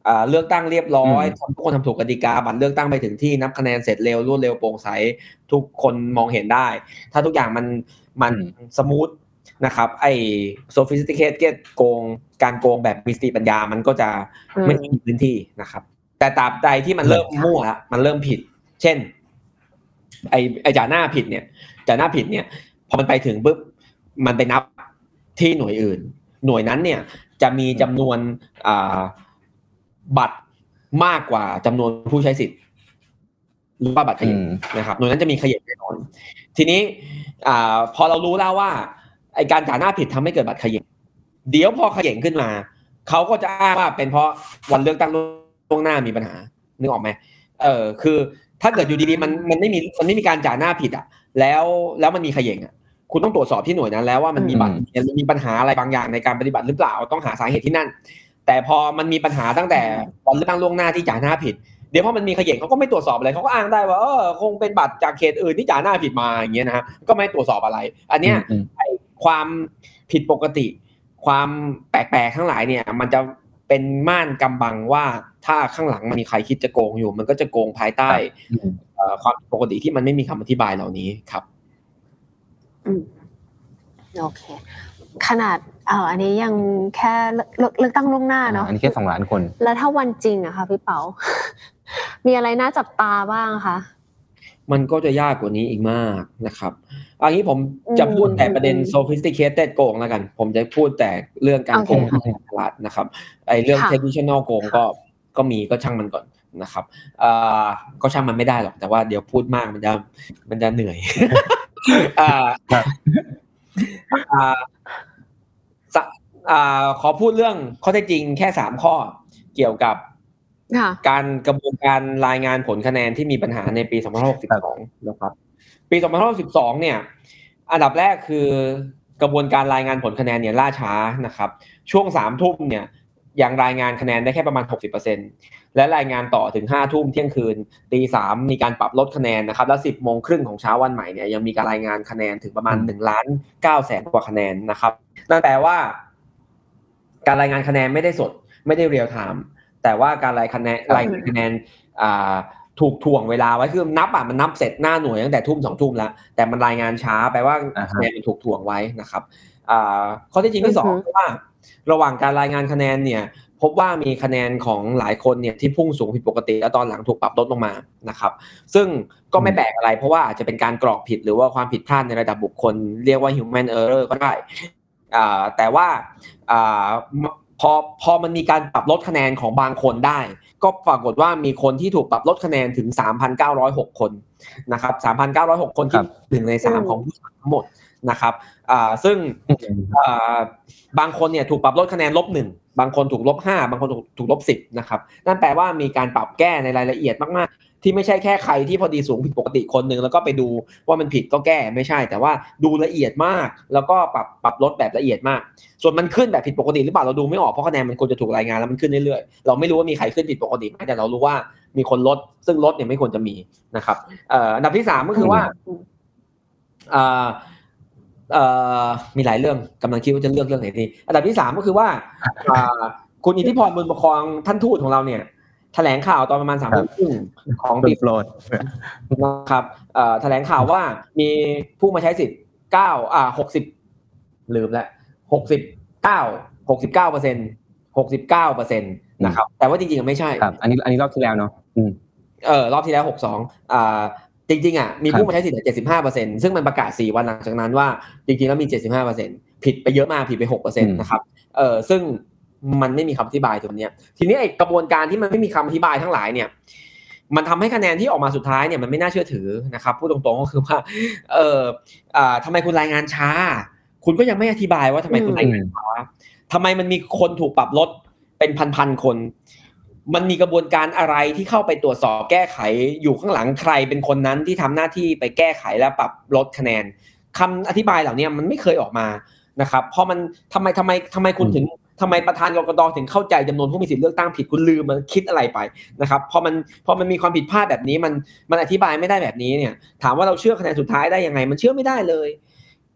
อ่าเลือกตั้งเรียบร้อยทุกคนทำถูกกติกาบัตรเลือกตั้งไปถึงที่นับคะแนนเสร็จเร็วรวดเร็วโปร่งใสทุกคนมองเห็นได้ถ้าทุกอย่างมันมันสมูทนะครับไอ้ sophisticated โกงการโกงแบบมีสติปัญญามันก็จะไม่มีพื้นที่นะครับแต่ตราบใดที่มันเริ่มมั่วละมันเริ่มผิดเช่นไอ้ไอ้จ่าหน้าผิดเนี่ยจ่าหน้าผิดเนี่ยพอมันไปถึงปุ๊บมันไปนับที่หน่วยอื่นหน่วยนั้นเนี่ยจะมีจำนวนอ่าบัตรมากกว่าจำนวนผู้ใช้สิทธิ์หรือว่าบัตรเขย่งนะครับหน่วยนั้นจะมีเขย่งแน่นอนทีนี้อ่าพอเรารู้แล้วว่าไอ้การจ่าหน้าผิดทำให้เกิดบัตรเขย่งเดี๋ยวพอเขย่งขึ้นมาเขาก็จะอ้างว่าเป็นเพราะวันเลือกตั้งล่วงหน้ามีปัญหานึกออกไหมเออคือถ้าเกิดอยู่ดีๆมันมันไม่มีมันไม่มีการจ่าหน้าผิดอ่ะแล้วแล้วมันมีเขย่งอ่ะคุณต้องตรวจสอบที่หน่วยนั้นแล้วว่ามันมีบัตรมีปัญหาอะไรบางอย่างในการปฏิบัติหรือเปล่าต้องหาสาเหตุที่นั่นแต่พอมันมีปัญหาตั้งแต่วันเลือกตั้งล่วงหน้าที่จ่าหน้าผิดเดี๋ยวพอมันมีเขย่งเขาก็ไม่ตรวจสอบอะไรเขาก็อ้างได้ว่าเออคงเป็นบัตรจากเขตอื่นที่จ่าหน้าผิดมาอย่างเงี้ยนะฮะก็ไม่ตรวจสอบอะไรอันเนี้ยไอ้ความผิดปกติความแปลกๆทั้งหลายเนี่ยมันจะเป็นม่านกำบังว่าถ้าข้างหลังมันมีใครคิดจะโกงอยู่มันก็จะโกงภายใต้ความปกติที่มันไม่มีคำอธิบายเหล่านี้ครับอืมโอเคขนาดเอ่ออันนี้ยังแค่เลือกเลือกตั้งล่วงหน้าเนาะอันนี้แค่สองล้านคนแล้วถ้าวันจริงอะค่ะพี่เปา มีอะไรน่าจับตาบ้างคะมันก็จะยากกว่านี้อีกมากนะครับอันนี้ผมจะพูดแต่ประเด็น sophisticated โกงแล้วกันผมจะพูดแต่เรื่องการโกงทางตลาดนะครับไอ้เรื่อง traditional โกงก็ก็มีก็ช่างมันก่อนนะครับอ่าก็ช่างมันไม่ได้หรอกแต่ว่าเดี๋ยวพูดมากมันจะมันจะเหนื่อยอ่าอ่าอ่าขอพูดเรื่องข้อเท็จจริงแค่สามข้อเกี่ยวกับการกระบวนการรายงานผลคะแนนที่มีปัญหาในปีสองพันห้าร้อยหกสิบสองนะครับปีสองพันห้าร้อยหกสิบสองเนี่ยอันดับแรกคือกระบวนการรายงานผลคะแนนเนี่ยล่าช้านะครับช่วงสามทุ่มเนี่ยยังรายงานคะแนนได้แค่ประมาณ หกสิบเปอร์เซ็นต์ และรายงานต่อถึงห้าทุ่มเที่ยงคืนตีสามมีการปรับลดคะแนนนะครับแล้วสิบโมงครึ่งของเช้าวันใหม่เนี่ยยังมีการรายงานคะแนนถึงประมาณหนึ่งล้านเก้าแสนกว่าคะแนนนะครับนั่นแปลว่าการรายงานคะแนนไม่ได้สดไม่ได้เรียลไทม์แต่ว่าการรายคะแนนรายคะแนนอ่าถูกถ่วงเวลาไว้คือนับอ่ะมันนับเสร็จหน้าหน่วยตั้งแต่ทุ่มสองทุ่มแล้วแต่มันรายงานช้าแปลว่าคะแนนมันถูกถ่วงไว้นะครับอ่าข้อที่จริงที่สองคือว่าระหว่างการรายงานคะแนนเนี่ยพบว่ามีคะแนนของหลายคนเนี่ยที่พุ่งสูงผิดปกติแล้วตอนหลังถูกปรับลดลงมานะครับซึ่งก็ไม่แปลกอะไรเพราะว่าอาจจะเป็นการกรอกผิดหรือว่าความผิดพลาดในระดับบุคคลเรียกว่า human error ก็ได้อ่าแต่ว่าอ่าพอพอมันมีการปรับลดคะแนนของบางคนได้ก็ปรากฏว่ามีคนที่ถูกปรับลดคะแนนถึง สามพันเก้าร้อยหก คนนะครับ สามพันเก้าร้อยหก คนที่หนึ่งในสามของผู้สมัครทั้งหมดนะครับอ่าซึ่งอ่าบางคนเนี่ยถูกปรับลดคะแนนลบหนึ่งบางคนถูกลบห้าบางคนถูกถูกลบสิบนะครับนั่นแปลว่ามีการปรับแก้ในรายละเอียดมากๆที่ไม่ใช่แค่ใครที่พอดีสูงผิดปกติคนนึงแล้วก็ไปดูว่ามันผิดก็แก้ไม่ใช่แต่ว่าดูละเอียดมากแล้วก็ปรับปรับลดแบบละเอียดมากส่วนมันขึ้นแบบผิดปกติหรือเปล่าเราดูไม่ออกเพราะคะแนนมันควรจะถูกรายงานแล้วมันขึ้นเรื่อยๆเราไม่รู้ว่ามีใครขึ้นผิดปกติไหมแต่เรารู้ว่ามีคนลดซึ่งลดเนี่ยไม่ควรจะมีนะครับเอ่ออันดับที่สามก็คือว่าเอ่อเอ่อมีหลายเรื่องกำลังคิดว่าจะเลือกเรื่องไหนดีอันดับที่สามก็คือว่าอ่าคุณอิทธิพรบุญประคองท่านทูตของเราเนี่ยแถลงข่าวตอนประมาณ สามทุ่มครึ่ง ของปีโปรดนะครับเอ่อแถลงข่าวว่ามีผู้มาใช้สิทธิ์เก้าอ่าหกสิบลืมแล้วหกสิบเก้า หกสิบเก้าเปอร์เซ็นต์ หกสิบเก้าเปอร์เซ็นต์ นะครับแต่ว่าจริงๆไม่ใช่ครับอันนี้อันนี้รอบที่แล้วเนาะอืมเออรอบที่แล้วหกสิบสองอ่าจริงๆอ่ะมีผู้มาใช้สิทธิ์ เจ็ดสิบห้าเปอร์เซ็นต์ ซึ่งมันประกาศสี่วันหลังจากนั้นว่าจริงๆแล้วมี เจ็ดสิบห้าเปอร์เซ็นต์ ผิดไปเยอะมากผิดไป หกเปอร์เซ็นต์ นะครับเออซึ่งมันไม่มีคำอธิบายตรงนี้ทีนี้ไอ้กระบวนการที่มันไม่มีคำอธิบายทั้งหลายเนี่ยมันทำให้คะแนนที่ออกมาสุดท้ายเนี่ยมันไม่น่าเชื่อถือนะครับพูดตรงๆก็คือว่าเอออ่าทำไมคุณรายงานช้าคุณก็ยังไม่อธิบายว่าทำไมคุณรายงานช้าทำไมมันมีคนถูกปรับลดเป็นพันๆคนมันมีกระบวนการอะไรที่เข้าไปตรวจสอบแก้ไขอยู่ข้างหลังใครเป็นคนนั้นที่ทำหน้าที่ไปแก้ไขและปรับลดคะแนนคำอธิบายเหล่านี้มันไม่เคยออกมานะครับเพราะมันทำไมทำไมทำไมคุณถึงทำไมประธานกกต.ถึงเข้าใจจำนวนผู้มีสิทธิเลือกตั้งผิดคุณลืมมันคิดอะไรไปนะครับพอมันพอมันมีความผิดพลาดแบบนี้มันมันอธิบายไม่ได้แบบนี้เนี่ยถามว่าเราเชื่อคะแนนสุดท้ายได้ยังไงมันเชื่อไม่ได้เลย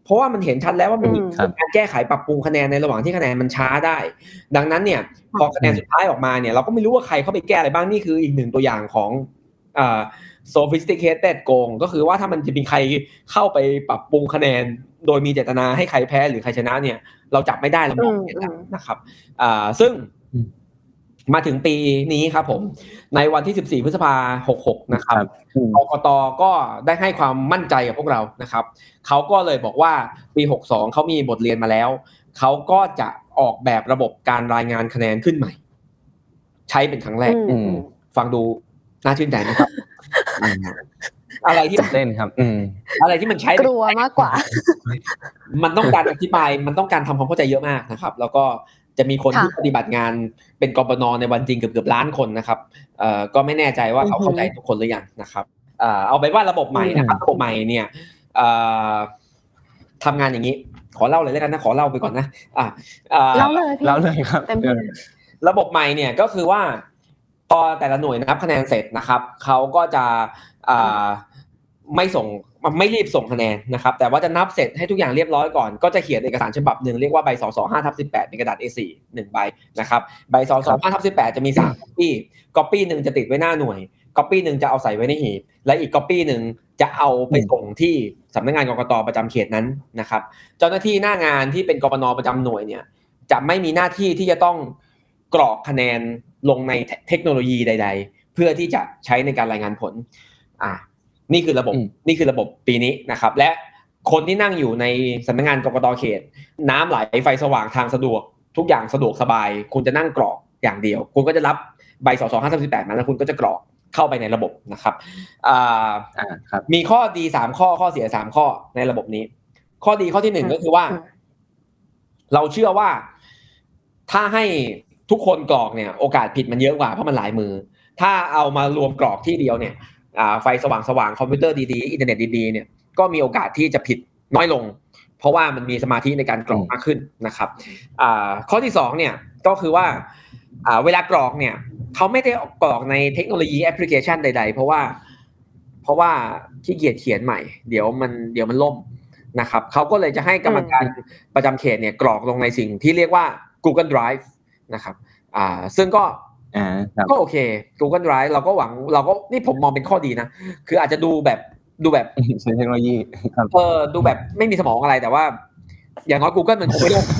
เพราะว่ามันเห็นชัดแล้วว่ามันมีการแก้ไขปรับปรุงคะแนนในระหว่างที่คะแนนมันช้าได้ดังนั้นเนี่ยพอคะแนนสุดท้ายออกมาเนี่ยเราก็ไม่รู้ว่าใครเข้าไปแก้อะไรบ้างนี่คืออีกหนึ่งตัวอย่างของอ่า sophisticated โกงก็คือว่าถ้ามันจะมีใครเข้าไปปรับปรุงคะแนนโดยมีเจตนาให้ใครแพ้หรือใครชนะเนี่ยเราจับไม่ได้เรามองไม่เห็นแล้วนะครับอ่าซึ่งมาถึงปีนี้ครับผมในวันที่สิบสี่พฤษภาคมหกหกนะครับกกต.ก็ได้ให้ความมั่นใจกับพวกเรานะครับเขาก็เลยบอกว่าปีหกสองเขามีบทเรียนมาแล้วเขาก็จะออกแบบระบบการรายงานคะแนนขึ้นใหม่ใช้เป็นครั้งแรกฟังดูน่าชื่นใจนะครับอะไรที่เต้นครับอะไรที่มันใช้กลัวมากกว่ามันต้องการอธิบายมันต้องการทำความเข้าใจเยอะมากนะครับแล้วก็จะมีคนที่ปฏิบัติงานเป็นกปน.ในวันจริงเกือบๆล้านคนนะครับเอ่อก็ไม่แน่ใจว่าเขาเข้าใจทุกคนหรือยังนะครับเอ่อเอาไปว่าระบบใหม่นะครับระบบใหม่เนี่ยเอ่อทำงานอย่างนี้ขอเล่าเลยแล้วกันนะขอเล่าไปก่อนนะอ่ะเล่าเลยเล่าเลยครับระบบใหม่เนี่ยก็คือว่าพอแต่ละหน่วยนับคะแนนเสร็จนะครับเขาก็จะอ่าไม่ส่งไม่รีบส่งคะแนนนะครับแต่ว่าจะนับเสร็จให้ทุกอย่างเรียบร้อยก่อนก็จะเขียนเอกสารฉบับนึงเรียกว่าใบสส ห้าทับสิบแปด เป็นกระดาษ เอ สี่ หนึ่งใบนะครับใบสส ห้าทับสิบแปด จะมีสาม copy copy นึงจะติดไว้หน้าหน่วย copy นึงจะเอาใส่ไว้ในหีบและอีก copy นึงจะเอาไปส่งที่สำนักงานกกต.ประจำเขตนั้นนะครับเจ้าหน้าที่หน้างานที่เป็นกปน.ประจำหน่วยเนี่ยจะไม่มีหน้าที่ที่จะต้องกรอกคะแนนลงในเทคโนโลยีใดๆเพื่อที่จะใช้ในการรายงานผลอ่านี่คือระบบนี่คือระบบปีนี้นะครับและคนที่นั่งอยู่ในสำนักงานกกต.เขตน้ำไหลไฟสว่างทางสะดวกทุกอย่างสะดวกสบายคุณจะนั่งกรอกอย่างเดียวคุณก็จะรับใบสส ห้าทับสิบแปดมาแล้วคุณก็จะกรอกเข้าไปในระบบนะครับอ่ามีข้อดีสามข้อข้อเสียสามข้อในระบบนี้ข้อดีข้อที่หนึ่งก็คือว่าเราเชื่อว่าถ้าให้ทุกคนกรอกเนี่ยโอกาสผิดมันเยอะกว่าเพราะมันหลายมือถ้าเอามารวมกรอกที่เดียวเนี่ยไฟสว่างๆคอมพิวเตอร์ดีๆอินเทอร์เน็ตดีๆเนี่ยก็มีโอกาสที่จะผิดน้อยลงเพราะว่ามันมีสมาธิในการกรอกมากขึ้นนะครับข้อที่สองเนี่ยก็คือว่าเวลากรอกเนี่ยเขาไม่ได้กรอกในเทคโนโลยีแอปพลิเคชันใดๆเพราะว่าเพราะว่าขี้เกียจเขียนใหม่เดี๋ยวมันเดี๋ยวมันล่มนะครับเขาก็เลยจะให้กรรมการประจำเขตเนี่ยกรอกลงในสิ่งที่เรียกว่า Google Drive นะครับอ่าซึ่งก็อ่าก็โอเค Google Drive เราก็หวังเราก็นี่ผมมองเป็นข้อดีนะคืออาจจะดูแบบดูแบบใช้เทคโนโลยีเออดูแบบไม่มีสมองอะไรแต่ว่าอย่างน้อย Google มันคงไม่ล่ม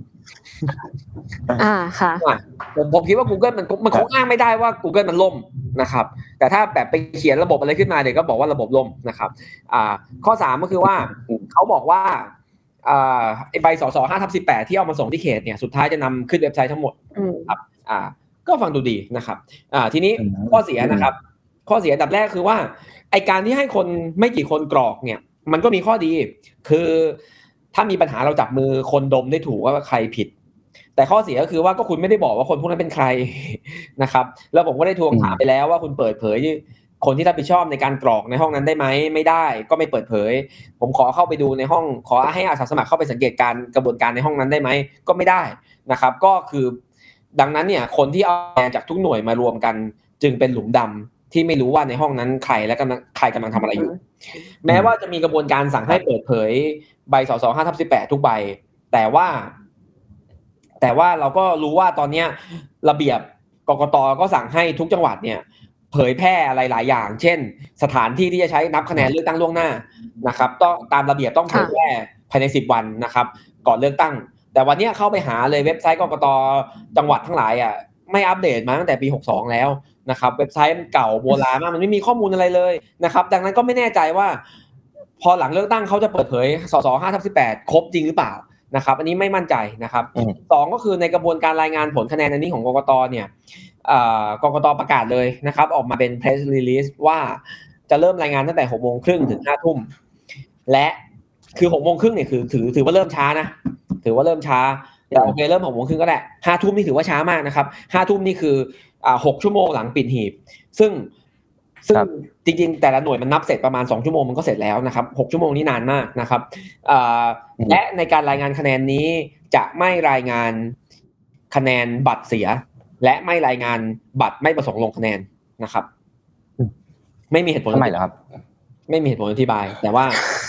อ่าค่ะผมผมคิดว่า Google มันมันคงอ้างไม่ได้ว่า Google มันล่มนะครับแต่ถ้าแบบไปเขียนระบบอะไรขึ้นมาเดี๋ยวก็บอกว่าระบบล่มนะครับอ่าข้อสามก็คือว่าเขาบอกว่าอ่าไอ้ใบสส ห้าทับสิบแปด ที่เอามาส่งที่เขตเนี่ยสุดท้ายจะนำขึ้นเว็บไซต์ทั้งหมดครับอ่าก็ฟังดูดีนะครับอ่าทีนี้ข้อเสียนะครับข้อเสียอันดับแรกคือว่าไอ้การที่ให้คนไม่กี่คนกรอกเนี่ยมันก็มีข้อดีคือถ้ามีปัญหาเราจับมือคนดมได้ถูกว่าใครผิดแต่ข้อเสียก็คือว่าก็คุณไม่ได้บอกว่าคนพวกนั้นเป็นใครนะครับแล้วผมก็ได้ทวงถามไปแล้วว่าคุณเปิดเผยคนที่รับผิดชอบในการกรอกในห้องนั้นได้ไหมไม่ได้ก็ไม่เปิดเผยผมขอเข้าไปดูในห้องขอให้อาสาสมัครเข้าไปสังเกตการกระบวนการในห้องนั้นได้ไหมก็ไม่ได้นะครับก็คือดังนั้นเนี่ยคนที่เอาคะแนนจากทุกหน่วยมารวมกันจึงเป็นหลุมดำที่ไม่รู้ว่าในห้องนั้นใครและกำลังใครกำลังทำอะไรอยู่แม้ว่าจะมีกระบวนการสั่งให้เปิดเผยใบสส ห้าทับสิบแปด ทุกใบแต่ว่าแต่ว่าเราก็รู้ว่าตอนนี้ระเบียบกกต.ก็สั่งให้ทุกจังหวัดเนี่ยเผยแพร่อะไรหลายอย่างเช่นสถานที่ที่จะใช้นับคะแนนเลือกตั้งล่วงหน้านะครับต้องตามระเบียบต้องเผยแพร่ภายในสิบวันนะครับก่อนเลือกตั้งแต่วันนี้เข้าไปหาเลยเว็บไซต์กกต.จังหวัดทั้งหลายอ่ะไม่อัปเดตมาตั้งแต่ปีหกสองแล้วนะครับเว็บไซต์มันเก่าโบราณมากมันไม่มีข้อมูลอะไรเลยนะครับดังนั้นก็ไม่แน่ใจว่าพอหลังเลือกตั้งเขาจะเปิดเผยสส ห้าทับสิบแปด ครบจริงหรือเปล่านะครับอันนี้ไม่มั่นใจนะครับสองก็คือในกระบวนการรายงานผลคะแนนอันนี้ของกกต.เนี่ยกกต.ประกาศเลยนะครับออกมาเป็น press release ว่าจะเริ่มรายงานตั้งแต่หกโมงครึ่งถึงห้าทุ่มและคือหกโมงครึ่งเนี่ยคือถือถือว่าเริ่มช้านะถือว่าเริ่มช้าแต่โอเคเริ่มหกโมงครึ่งก็ได้ห้าทุ่มนี่ถือว่าช้ามากนะครับห้าทุ่มนี่คืออ่าหกชั่วโมงหลังปิดหีบซึ่งซึ่งจริงๆแต่ละหน่วยมันนับเสร็จประมาณสองชั่วโมงมันก็เสร็จแล้วนะครับหกชั่วโมงนี่นานมากนะครับอ่าและในการรายงานคะแนนนี้จะไม่รายงานคะแนนบัตรเสียและไม่รายงานบัตรไม่ประสงค์ลงคะแนนนะครับไม่มีเหตุผลทำไมเหรอครับไม่มีเหตุผลอธิบายแต่ว่า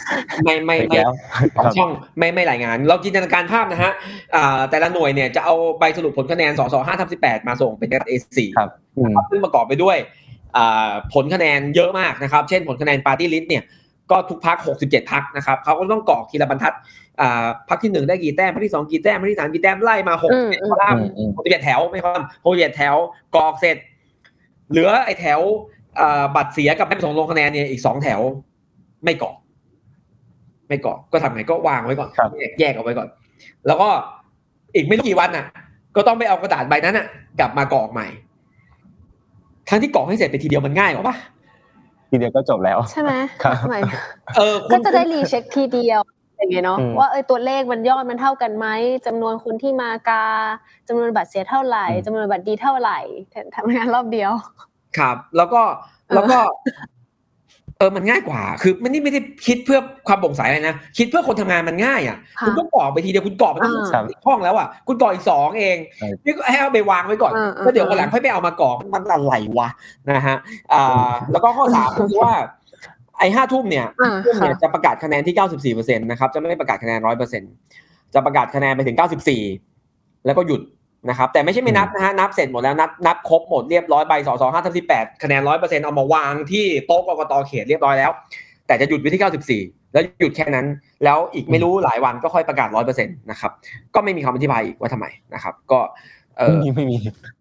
ไม่ไม่ไม่ของช่องไม่ไม่รายงานเราจินตนาการภาพนะฮะอ่าแต่ละหน่วยเนี่ยจะเอาใบสรุปผลคะแนนสส ห้าทับสิบแปด มาส่งเป็นกระดาษ เอ สี่ครับซึ่งประกอบไปด้วยอ่าผลคะแนนเยอะมากนะครับเช่นผลคะแนนปาร์ตี้ลิสต์เนี่ยก็ทุกพรรคหกสิบเจ็ดพรรคนะครับเขาก็ต้องกรอกทีละบรรทัดอ่าพรรคที่หนึ่งได้กี่แต้มพรรคที่สองกี่แต้มพรรคที่สามกี่แต้มไล่มาหกสิบเอ็ดคอลัมน์หกสิบเอ็ดแถวไม่คอลัมน์หกสิบเอ็ดแถวกรอกเสร็จเหลือไอ้แถวอ่าบัตรเสียกับไม่ประสงค์ลงคะแนนเนี่ยอีกสองแถวไม่กรอกไม่กรอกก็ทำไงก็วางไว้ก่อนแยกเอาไว้ก่อนแล้วก็อีกไม่รู้กี่วันน่ะก็ต้องไปเอากระดาษใบนั้นน่ะกลับมากรอกใหม่ทั้งที่กรอกให้เสร็จไปทีเดียวมันง่ายกว่าปะทีเดียวก็จบแล้วใช่ไหมหมายเออก็จะได้รีเช็คทีเดียวอย่างเงี้ยเนาะว่าเออตัวเลขมันยอดมันเท่ากันไหมจำนวนคนที่มากาจำนวนบัตรเสียเท่าไหร่จำนวนบัตรดีเท่าไหร่ทำงานรอบเดียวครับแล้วก็แล้วก็เออมันง่ายกว่าคือไม่ได้ไม่ได้คิดเพื่อความโปร่งใสอะไรนะคิดเพื่อคนทำงานมันง่ายอ่ะคุณก็กรอกไปทีเดียวคุณกรอกไปตั้งห้องแล้วอ่ะคุณกรอกอีกสองเองนี่ก็ให้เอาไปวางไว้ก่อนแล้วเดี๋ยววันหลังค่อยไปเอามากรอกมันอะไรวะนะฮะอ่าแล้วก็ข้อสามคือว่าไอ้ห้าทุ่มเนี่ยทุ่มเนี่ยจะประกาศคะแนนที่ เก้าสิบสี่เปอร์เซ็นต์ นะครับจะไม่ประกาศคะแนน หนึ่งร้อยเปอร์เซ็นต์ จะประกาศคะแนนไปถึงเก้าสิบสี่แล้วก็หยุดนะครับแต่ไม่ใช่ไม่นับนะฮะนับเสร็จหมดแล้วนับนับครบหมดเรียบร้อยใบสส ห้าทับสิบแปดคะแนน หนึ่งร้อยเปอร์เซ็นต์ เอามาวางที่โต๊ะกกต.เขตเรียบร้อยแล้วแต่จะหยุดไว้ที่เก้าสิบสี่แล้วหยุดแค่นั้นแล้วอีกไม่รู้หลายวันก็ค่อยประกาศ หนึ่งร้อยเปอร์เซ็นต์ นะครับก็ไม่มีคำอธิบายอีกว่าทำไมนะครับก็เออไม่มี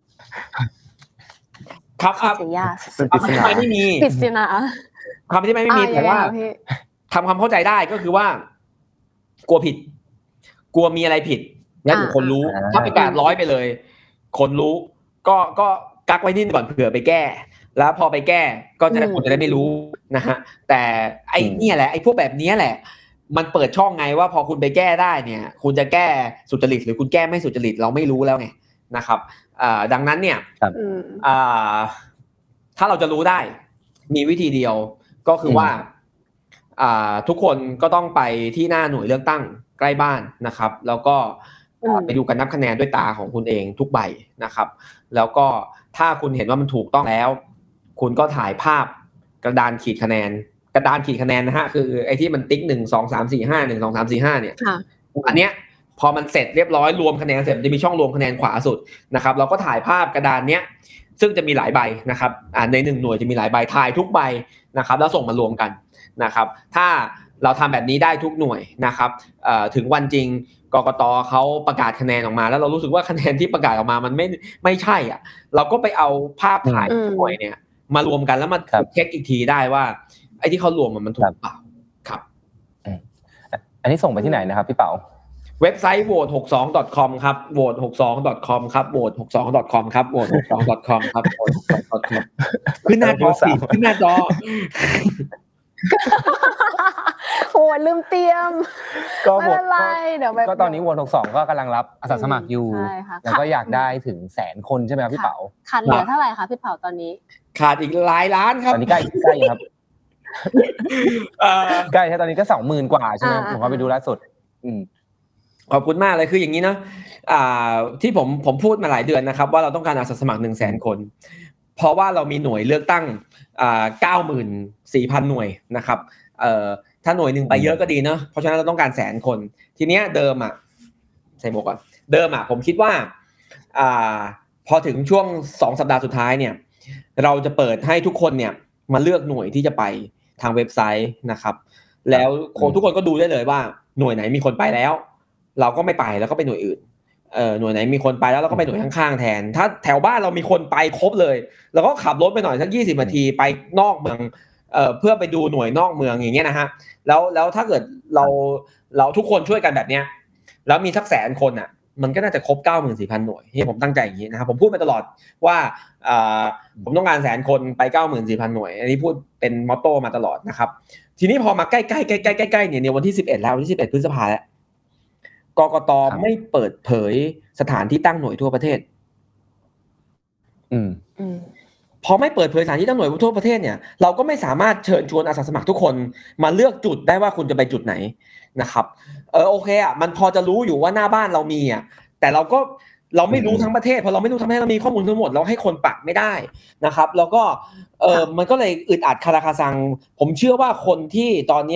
ครับครับไม่มีปริศนาคำอธิบายไม่มีแต่ว่าทำความเข้าใจได้ก็คือว่ากลัวผิดกลัวมีอะไรผิดแล้วคนรู้ถ้าประกาศร้อยไปเลยคนรู้ก็ก็กักไว้นิดก่อนเผื่อไปแก้แล้วพอไปแก้ก็จะคนจะได้ไม่รู้นะฮะแต่ไอ้นี่แหละไอ้พวกแบบนี้แหละมันเปิดช่องไงว่าพอคุณไปแก้ได้เนี่ยคุณจะแก้สุจริตหรือคุณแก้ไม่สุจริตเราไม่รู้แล้วไงนะครับอ่าดังนั้นเนี่ยอ่าถ้าเราจะรู้ได้มีวิธีเดียวก็คือว่าอ่าทุกคนก็ต้องไปที่หน้าหน่วยเลือกตั้งใกล้บ้านนะครับแล้วก็ไปดูการนับคะแนนด้วยตาของคุณเองทุกใบนะครับแล้วก็ถ้าคุณเห็นว่ามันถูกต้องแล้วคุณก็ถ่ายภาพกระดานขีดคะแนนกระดานขีดคะแนนนะฮะคือไอ้ที่มันติ๊กหนึ่ง สอง สาม สี่ ห้า หนึ่ง สอง สาม สี่ ห้าเนี่ยอันเนี้ยพอมันเสร็จเรียบร้อยรวมคะแนนเสร็จจะมีช่องรวมคะแนนขวาสุดนะครับเราก็ถ่ายภาพกระดานเนี้ยซึ่งจะมีหลายใบนะครับอ่าในหนึ่งหน่วยจะมีหลายใบถ่ายทุกใบนะครับแล้วส่งมารวมกันนะครับถ้าเราทำแบบนี้ได้ทุกหน่วยนะครับเอ่อถึงวันจริงกกต.เขาประกาศคะแนนออกมาแล้วเรารู้สึกว่าคะแนนที่ประกาศออกมามันไม่ไม่ใช่อ่ะเราก็ไปเอาภาพถ่ายหน่วยเนี่ยมารวมกันแล้วมาเช็คอีกทีได้ว่าไอ้ที่เขารวมมันถูกเปล่าครับอันนี้ส่งไปที่ไหนนะครับพี่เป๋าเว็บไซต์ โหวตหกสอง ดอท คอม ครับ โหวตหกสอง ดอท คอม ครับ โหวตหกสอง ดอท คอม ครับ โหวตหกสอง ดอท คอม ครับ โหวตหกสอง ดอท คอม ขึ้นหน้าจอสิขึ้นหน้าจอโอ้ลืมเตรียมก็โหวตเดี๋ยวแบบก็ตอนนี้โหวตหกสองก็กำลังรับอาสาสมัครอยู่แล้วก็อยากได้ถึงแสนคนใช่ไหมครับพี่เป๋าขาดเหลือเท่าไหร่คะพี่เป๋าตอนนี้ขาดอีกหลายล้านครับตอนนี้ใกล้ใกล้ครับใกล้ใช่ตอนนี้ก็สองหมื่นกว่าใช่ไหมผมก็ไปดูล่าสุดขอบคุณมากเลยคืออย่างนี้นะอ่าที่ผมผมพูดมาหลายเดือนนะครับว่าเราต้องการอาสาสมัคร หนึ่งแสน คนเพราะว่าเรามีหน่วยเลือกตั้งอ่า เก้าหมื่นสี่พัน หน่วยนะครับเอ่อถ้าหน่วยนึงไปเยอะก็ดีเนาะเพราะฉะนั้นเราต้องการแสนคนทีเนี้ยเดิมอ่ะใส่หมวกก่อนเดิมอ่ะผมคิดว่าอ่าพอถึงช่วงสองสัปดาห์สุดท้ายเนี่ยเราจะเปิดให้ทุกคนเนี่ยมาเลือกหน่วยที่จะไปทางเว็บไซต์นะครับแล้วคนทุกคนก็ดูได้เลยว่าหน่วยไหนมีคนไปแล้วเราก็ไม่ไปแล้วก็ไปหน่วยอื่นเอ่อหน่วยไหนมีคนไปแล้วเราก็ไปหน่วยข้างๆแทนถ้าแถวบ้านเรามีคนไปครบเลยเราก็ขับรถไปหน่อยสักยี่สิบนาทีไปนอกเมืองเอ่อเพื่อไปดูหน่วยนอกเมืองอย่างเงี้ยนะฮะแล้วแล้วถ้าเกิดเราเราทุกคนช่วยกันแบบเนี้ยแล้วมีสักแสนคนอ่ะมันก็น่าจะครบ เก้าหมื่นสี่พัน หน่วยที่ผมตั้งใจอย่างนี้นะครับผมพูดมาตลอดว่าเอ่อผมต้องการแสนคนไป เก้าหมื่นสี่พัน หน่วยอันนี้พูดเป็นมอตโต้มาตลอดนะครับทีนี้พอมาใกล้ๆๆๆๆเนี่ยในวันที่สิบเอ็ดแล้ววันที่สิบเอ็ดพฤษภาคมแล้วกกต.ไม่เปิดเผยสถานที่ตั้งหน่วยทั่วประเทศอืมอืมพอไม่เปิดเผยสถานที่ตั้งหน่วยทั่วประเทศเนี่ยเราก็ไม่สามารถเชิญชวนอาสาสมัครทุกคนมาเลือกจุดได้ว่าคุณจะไปจุดไหนนะครับเออโอเคอ่ะมันพอจะรู้อยู่ว่าหน้าบ้านเรามีอ่ะแต่เราก็เราไม่รู้ทั้งประเทศพอเราไม่รู้ทั้งประเทศเรามีข้อมูลทั้งหมดเราให้คนปักไม่ได้นะครับแล้วก็เออมันก็เลยอึดอัดคาราคาซังผมเชื่อว่าคนที่ตอนเนี้ย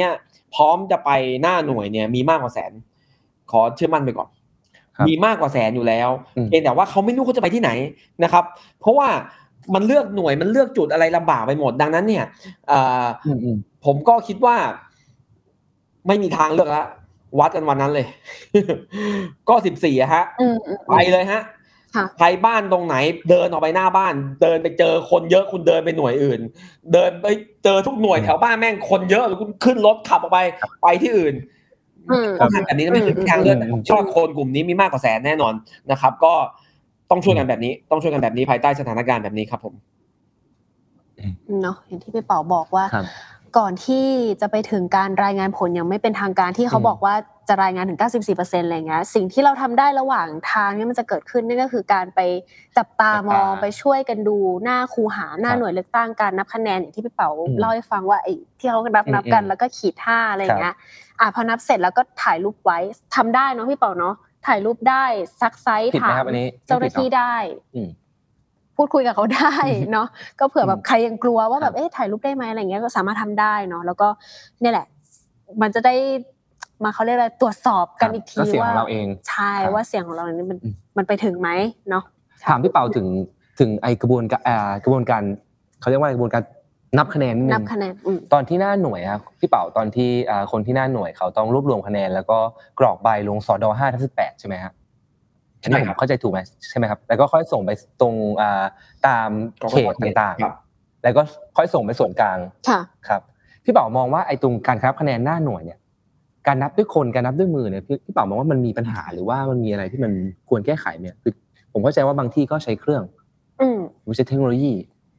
พร้อมจะไปหน้าหน่วยเนี่ยมีมากกว่าแสนขอเชื่อมั่นไปก่อนมีมากกว่าแสนอยู่แล้วเพียงแต่ว่าเขาไม่รู้เขาจะไปที่ไหนนะครับเพราะว่ามันเลือกหน่วยมันเลือกจุดอะไรลำบากไปหมดดังนั้นเนี่ยผมก็คิดว่าไม่มีทางเลือกแล้ววัดกันวันนั้นเลยก็สิบสี่ฮะไปเลยฮะใครบ้านตรงไหนเดินออกไปหน้าบ้านเดินไปเจอคนเยอะคุณเดินไปหน่วยอื่นเดินไปเจอทุกหน่วยแถวบ้านแม่งคนเยอะหรือคุณขึ้นรถขับออกไปไปที่อื่นก็ทำแบบนี้ไม่คือทางเลือกผมชอบคนกลุ่มนี้มีมากกว่าแสนแน่นอนนะครับก็ต้องช่วยกันแบบนี้ต้องช่วยกันแบบนี้ภายใต้สถานการณ์แบบนี้ครับผมเนาะอย่างที่พี่เป๋าบอกว่าก่อนที่จะไปถึงการรายงานผลยังไม่เป็นทางการที่เขาบอกว่าจะรายงานถึง เก้าสิบสี่เปอร์เซ็นต์ อะไรเงี้ยสิ่งที่เราทำได้ระหว่างทางนี่มันจะเกิดขึ้นนั่นก็คือการไปจับตามองไปช่วยกันดูหน้าคูหาหน้าหน่วยเลือกตั้งการนับคะแนนอย่างที่พี่เป๋าเล่าให้ฟังว่าไอ้ที่เขานับนับกันแล้วก็ขีดห้าอะไรเงี้ยอ่ะพอนับเสร็จแล้วก็ถ่ายรูปไว้ทำได้เนาะพี่เป๋าเนาะถ่ายรูปได้ซักไซส์ถามเจ้าหน้าที่ได้พูดคุยกับเขาได้เนาะก็เผื่อแบบใครยังกลัวว่าแบบเอ๊ะถ่ายรูปได้ไหมอะไรเงี้ยก็สามารถทำได้เนาะแล้วก็นี่แหละมันจะได้มาเขาเรียกอะไรตรวจสอบกันอีกทีว่าเราเองใช่ว่าเสียงของเราเนี่ยมันมันไปถึงไหมเนาะถามพี่เปาถึงถึงไอกระบวนการอ่ากระบวนการเขาเรียกว่ากระบวนการนับคะแนนนิดนึงนับคะแนนตอนที่หน้าหน่วยครับพี่เปาตอนที่อ่าคนที่หน้าหน่วยเขาต้องรวบรวมคะแนนแล้วก็กรอกใบลงสด ห้าทับสิบแปด ใช่มั้ยครับใช่ครับเข้าใจถูกมั้ยใช่มั้ยครับแล้วก็ค่อยส่งไปตรงอ่าตามเขตต่างๆแล้วก็ค่อยส่งไปส่วนกลางค่ะครับพี่เปามองว่าไอ้ตรงการนับคะแนนหน้าหน่วยเนี่ยการนับด้วยคนการนับด้วยมือเนี่ยพี่พี่เปามองว่ามันมีปัญหาหรือว่ามันมีอะไรที่มันควรแก้ไขมั้ยคือผมเข้าใจว่าบางที่ก็ใช้เครื่องอืมไม่ใช่เทคโนโลยี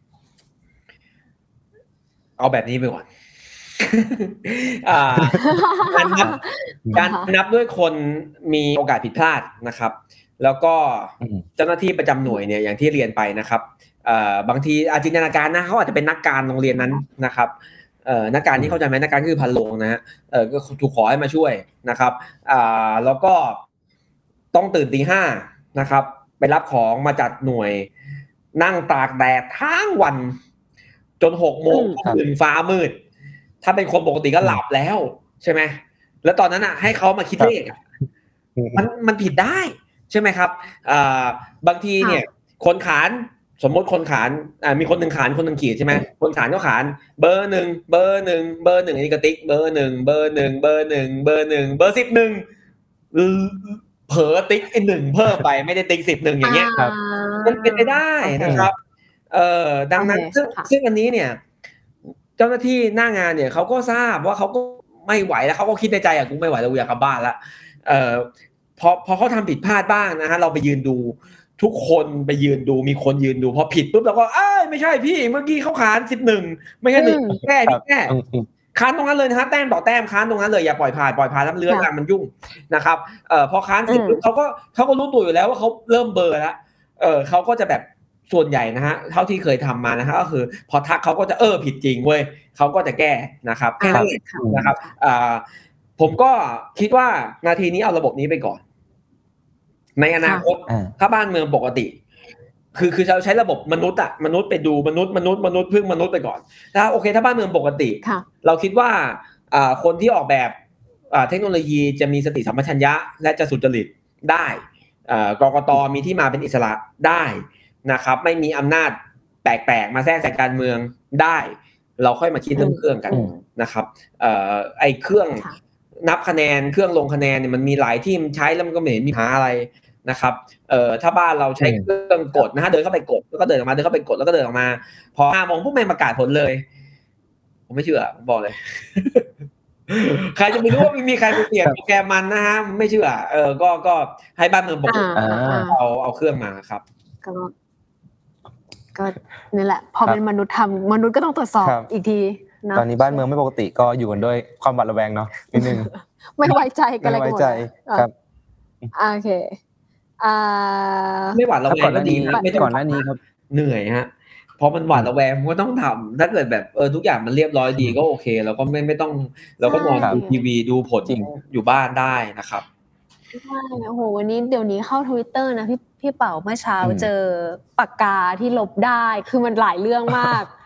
เอาแบบนี้ไปก่อนอ่าการนับการนับด้วยคนมีโอกาสผิดพลาดนะครับแล้วก็เจ้าหน้าที่ประจำหน่วยเนี่ยอย่างที่เรียนไปนะครับเอ่อบางทีอาจินตนาการนะเขาอาจจะเป็นนักการโรงเรียนนั้นนะครับเอ่อนักการที่เข้าใจมั้ยนักการคือพันโรงนะฮะเอ่อก็ถูกขอให้มาช่วยนะครับอ่าแล้วก็ต้องตื่นตีห้านะครับไปรับของมาจัดหน่วยนั่งตากแดดทั้งวันจน หกโมงถึงฟ้ามืดถ้าเป็นคนปกติก็หลับแล้วใช่มั้ยแล้วตอนนั้นน่ะให้เขามาคิดเลขมันมันผิดได้ใช่มั้ยครับอ่าบางทีเนี่ยคนขานสมมุติคนขานอ่ามีคนนึงขานคนนึงขีดใช่มั้ยคนขานก็ขานเบอร์หนึ่งเบอร์หนึ่งเบอร์หนึ่งอันนี้ก็ติ๊กเบอร์หนึ่งเบอร์หนึ่งเบอร์หนึ่งเบอร์หนึ่งเบอร์สิบเอ็ดเผลอติ๊กไอ้หนึ่งเพิ่มไปไม่ได้ติ๊กสิบเอ็ดอย่างเงี้ยครับมันเป็นไปได้นะครับเอ่อดังนั้นซึ่งซึ่งอันนี้เนี่ยเจ้าหน้าที่หน้างานเนี่ยเขาก็ทราบว่าเขาก็ไม่ไหวแล้วเขาก็คิดในใจอ่ะกูไม่ไหวแล้วกูอยากกลับบ้านละเอ่อพอพอเขาทำผิดพลาดบ้างนะฮะเราไปยืนดูทุกคนไปยืนดูมีคนยืนดูพอผิดปุ๊บเราก็เอ้ยไม่ใช่พี่เมื่อกี้เขาค้านสิบเอ็ดไม่ใช่หนึ่งแก้พี่แก้ค้านตรงนั้นเลยนะฮะแต้มต่อแต้มค้านตรงนั้นเลยอย่าปล่อยผ่านปล่อยผ่านแล้วเลื้อนมันยุ่งนะครับเอ่อพอค้านเสร็จปุ๊บเขาก็เขาก็รู้ตัวอยู่แล้วว่าเขาเริ่มเบลอแล้วเออเขาก็จะแบบส่วนใหญ่นะฮะเท่าที่เคยทำมานะฮะก็คือพอทักเขาก็จะเออผิดจริงเว้ยเขาก็จะแก้นะครับแค่นั้นเองนะครับอ่าผมก็คิดว่านาทีนี้เอาระบบนี้ไปก่อนในอนาคตถ้าบ้านเมืองปกติคือคือเราใช้ระบบมนุษย์อะมนุษย์ไปดูมนุษย์มนุษย์มนุษย์พึ่งมนุษย์ไปก่อนถ้าโอเคถ้าบ้านเมืองปกติเราคิดว่าอ่าคนที่ออกแบบอ่าเทคโนโลยีจะมีสติสัมปชัญญะและจะสุจริตได้อ่ากกต.มีที่มาเป็นอิสระได้นะครับไม่มีอำนาจแปลกๆมาแทรกแซงการเมืองได้เราค่อยมาคิดเรื่องเครื่องกันนะครับเอ่อไอ้เครื่องนับคะแนนเครื่องลงคะแนนเนี่ยมันมีหลายที่มันใช้แล้วมันก็ไม่เห็นมีปัญหาอะไรนะครับเอ่อถ้าบ้านเราใช้เครื่องกดนะฮะเดินเข้าไปกดแล้วก็เดินออกมาเดินเข้าไปกดแล้วก็เดินออกมาพอห้าโมงปุ๊บแม่งประกาศผลเลยผมไม่เชื่อผมบอกเลยใครจะไม่รู้ว่ามีใครไปเปลี่ยนโปรแกรมมันนะฮะไม่เชื่อเออก็ก็ให้บ้านเมืองปกติเอาเอาเครื่องมาครับก็ก็นี่แหละพอเป็นมนุษย์ทำมนุษย์ก็ต้องตรวจสอบอีกทีนะตอนนี้บ้านเมืองไม่ปกติก็อยู่กันด้วยความหวาดระแวงเนาะนิดนึงไม่ไว้ใจกันเลยไม่ไว้ใจครับโอเคอ่าไม่หวาดระแวงก็ดีนะไม่ก่อนหน้านี้ครับเหนื่อยฮะพอมันหวาดระแวงก็ต้องทำถ้าเกิดแบบเออทุกอย่างมันเรียบร้อยดีก็โอเคแล้วก็ไม่ไม่ต้องเราก็นอนดูทีวีดูผลอยู่บ้านได้นะครับใช่โอ้โหวันนี้เดี๋ยวนี้เข้า Twitter นะพี่พี่เป๋าเมื่อเช้าเจอปากกาที่ลบได้คือมันหลายเรื่องมาก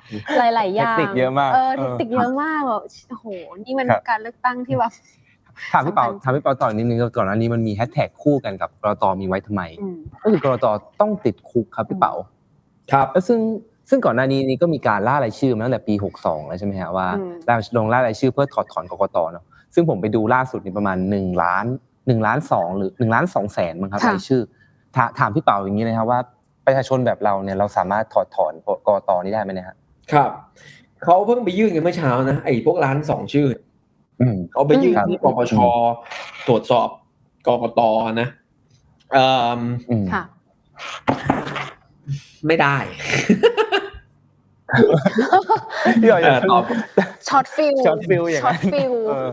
หลายๆอย่างเทคนิคเยอะมากเออเทคนิคเยอะมากแบบโอ้โหนี่มันการเลือกตั้งที่แบบถามพี่เปาถามพี่เปาต่อนิดนึงก่อนหน้านี้มันมีแฮชแท็กคู่กันกับกรตมีไว้ทำไมก็คือกรตต้องติดคุกครับพี่เปาครับแล้วซึ่งซึ่งก่อนหน้านี้นี่ก็มีการล่ารายชื่อมาตั้งแต่ปีหกสองแล้วใช่มั้ยฮะว่าลงล่ารายชื่อเพื่อถอดถอนกกตเนาะซึ่งผมไปดูล่าสุดนี่ประมาณหนึ่งล้านหนึ่งล้านสองหรือหนึ่งล้านสองแสนมั้งครับรายชื่อถามพี่เปาอย่างงี้นะครับว่าประชาชนแบบเราเนี่ยเราสามารถถอดถอนกกตนี้ได้มั้ยนะครับครับเขาเพิ่งไปยื่นกันเมื่อเช้านะไอ้พวกล้านสองชื่ออืมเอาไปยื่นที่ปปชตรวจสอบกกตนะเอ่อค่ะไม่ได้พี่อยากตอบช็อตฟิลช็อตฟิลอย่างช็อตฟิลเออ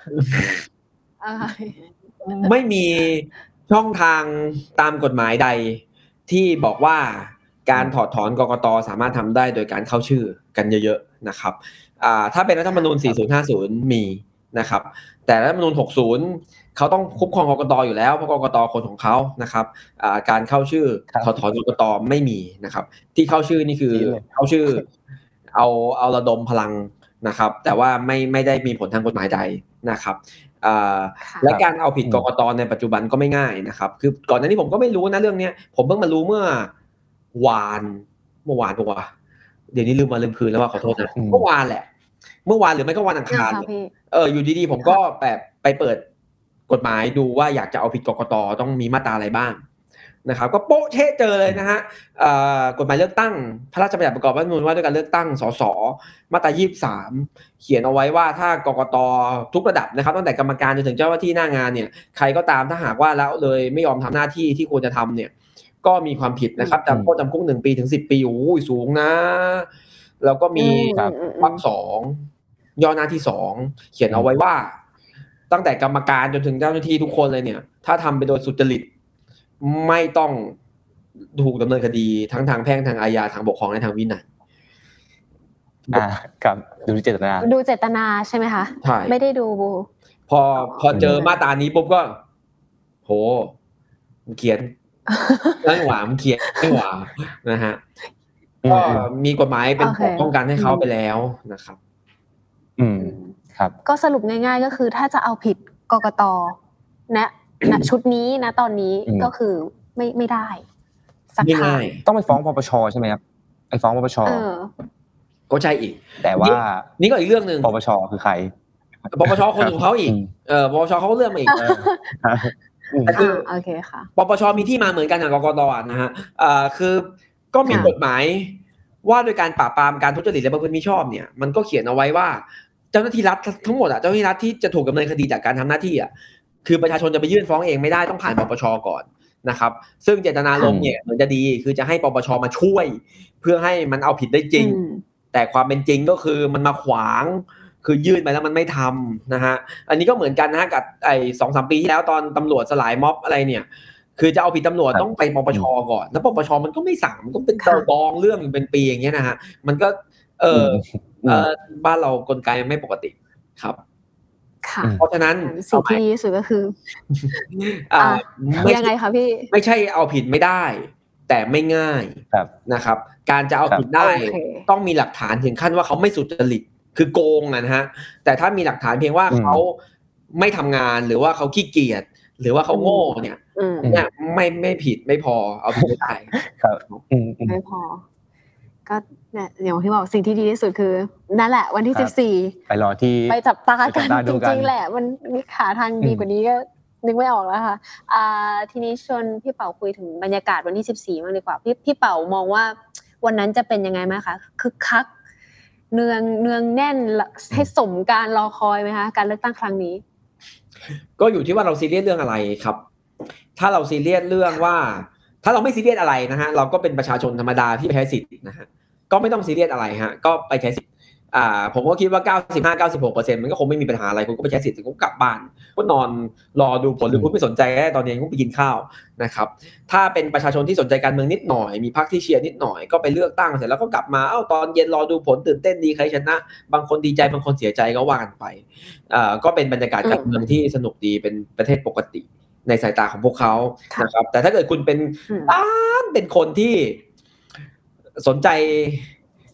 ไม่มีช่องทางตามกฎหมายใดที่บอกว่าการถอดถอนกกตสามารถทำได้โดยการเข้าชื่อกันเยอะๆนะครับอ่าถ้าเป็นรัฐธรรมนูญสี่ศูนย์ห้าศูนย์มีนะครับแต่รัฐธรรมนูญหกสิบเขาต้องคุ้มครองกกตอยู่แล้วเพราะกกตคนของเขานะครับอ่าการเข้าชื่อถอดถอนกกตไม่มีนะครับที่เข้าชื่อนี่คือเข้าชื่อเอาเอาระดมพลังนะครับแต่ว่าไม่ไม่ได้มีผลทางกฎหมายใดนะครับอ่าและการเอาผิดกกตในปัจจุบันก็ไม่ง่ายนะครับคือก่อนหน้านี้ผมก็ไม่รู้นะเรื่องนี้ผมเพิ่งมารู้เมื่อวานเมื่อวานปะวะเดี๋ยวนี้ลืมมาลืมคืนแล้วว่าขอโทษนะเมื่อวานแหละเมื่อวานหรือไม่ก็วันอังคารเอออยู่ดีๆผมก็แบบไปเปิดกฎหมายดูว่าอยากจะเอาผิดกกตต้องมีมาตราอะไรบ้างนะครับก็โป๊ะเช๊ะเจอเลยนะฮะกฎหมายเลือกตั้งพระราชบัญญัติประกอบรัฐธรรมนูญว่าด้วยการเลือกตั้งสสมาตรายี่สิบสามเขียนเอาไว้ว่าถ้ากกตทุกระดับนะครับตั้งแต่กรรมการจนถึงเจ้าหน้าที่หน้างานเนี่ยใครก็ตามถ้าหากว่าแล้วเลยไม่ยอมทำหน้าที่ที่ควรจะทำเนี่ยก็มีความผิดนะครับจำโทษจำคุกหนึ่งปีถึงสิบปีโอ้ยสูงนะแล้วก็มีวรรคสองย่อหน้าที่สองเขียนเอาไว้ว่าตั้งแต่กรรมการจนถึงเจ้าหน้าที่ทุกคนเลยเนี่ยถ้าทำไปโดยสุจริตไม่ต้องถูกดำเนินคดีทั้งทางแพ่งทางอาญาทางปกครองและทางวินัยอ่าครับดูเจตนาดูเจตนาใช่ไหมคะใช่ไม่ได้ดูพอพอเจอมาตรานี้ปุ๊บก็โหเขียนนั่งหวามเขียนไม่หวานะฮะก็มีกฎหมายเป็นป้องกันให้เขาไปแล้วนะครับอืมครับก็สรุปง่ายๆก็คือถ้าจะเอาผิดกกตนะณชุดนี้นะตอนนี้ก็คือไม่ไม่ได้สักครั้งต้องไปฟ้องปปชใช่ไหมครับไอ้ฟ้องปปชก็ใช่อีกแต่ว่านี่ก็อีกเรื่องนึงปปชคือใครปปชคนของเขาอีกเออปปชเขาเลือกมาอีกแต่คือโอเคค่ะปปชมีที่มาเหมือนกันกับกกตนะฮะอ่าคือก็มีกฎหมายว่าโดยการปราบปรามการทุจริตและประพฤติมิชอบเนี่ยมันก็เขียนเอาไว้ว่าเจ้าหน้าที่รัฐทั้งหมดอ่ะเจ้าหน้าที่รัฐที่จะถูกดำเนินคดีจากการทำหน้าที่อ่ะคือประชาชนจะไปยื่นฟ้องเองไม่ได้ต้องผ่านปปชก่อนนะครับซึ่งเจตนารมณ์เนี่ยเหมือนจะดีคือจะให้ปปชมาช่วยเพื่อให้มันเอาผิดได้จริงแต่ความเป็นจริงก็คือมันมาขวางคือยื่นไปแล้วมันไม่ทำนะฮะอันนี้ก็เหมือนกันนะกับไอ้ สองถึงสาม ปีที่แล้วตอนตำรวจสลายม็อบอะไรเนี่ยคือจะเอาผิดตำรวจต้องไปปปชก่อนแล้วปปชมันก็ไม่สั่งมันก็เป็นกองเรื่องอยู่เป็นปีอย่างเงี้ยนะฮะมันก็เออเออบ้านเรากลไกไม่ปกติครับเพราะฉะนั้นสิ่งที่ดีสุดก็คืออ่ายังไงคะพี่ไม่ใช่เอาผิดไม่ได้แต่ไม่ง่ายนะครับการจะเอาผิดได้ต้องมีหลักฐานถึงขั้นว่าเขาไม่สุจริตคือโกงนะฮะแต่ถ้ามีหลักฐานเพียงว่าเขาไม่ทำงานหรือว่าเขาขี้เกียจหรือว่าเขาโง่เนี่ยเนี่ยไม่ไม่ผิดไม่พอเอาผิดไม่ได้ครับไม่พอก็เนี่ยอย่างที่บอกสิ่งที่ดีที่สุดคือนั่นแหละวันที่สิบสี่ไปรอที่ไปจับตากันจริงๆแหละมันมีขาทางดีกว่านี้ก็นึกไม่ออกแล้วค่ะอ่าทีนี้ชวนพี่เป๋าคุยถึงบรรยากาศวันที่สิบสี่บ้างดีกว่าพี่พี่เป๋ามองว่าวันนั้นจะเป็นยังไงมั้ยคะคึกคักเนืองเนืองแน่นให้สมการรอคอยมั้ยคะการเลือกตั้งครั้งนี้ก็อยู่ที่ว่าเราซีเรียสเรื่องอะไรครับถ้าเราซีเรียสเรื่องว่าถ้าเราไม่ซีเรียสอะไรนะฮะเราก็เป็นประชาชนธรรมดาที่ใช้สิทธิ์นะฮะก็ไม่ต้องซีเรียสอะไรฮะก็ไปใช้สิทธิ์อ่าผมก็คิดว่า เก้าสิบห้า เก้าสิบหกเปอร์เซ็นต์ มันก็คงไม่มีปัญหาอะไรคุณก็ไปใช้สิทธิ์คุณก็กลับบ้านก็นอนรอดูผลหรือคุณไม่สนใจแค่ตอนนี้คุณไปกินข้าวนะครับถ้าเป็นประชาชนที่สนใจการเมืองนิดหน่อยมีพรรคที่เชียร์นิดหน่อยก็ไปเลือกตั้งเสร็จแล้วก็กลับมาเอ้าตอนเย็นรอดูผลตื่นเต้นดีใครชนะบางคนดีใจบางคนเสียใจก็ว่ากันไปอ่าก็เป็นบรรยากาศการเมืองที่สนุกดีเป็นประเทศปกติในสายตาของพวกเขานะครับแต่ถ้าเกิดคุณเป็นบ้านเป็นคนที่สนใจ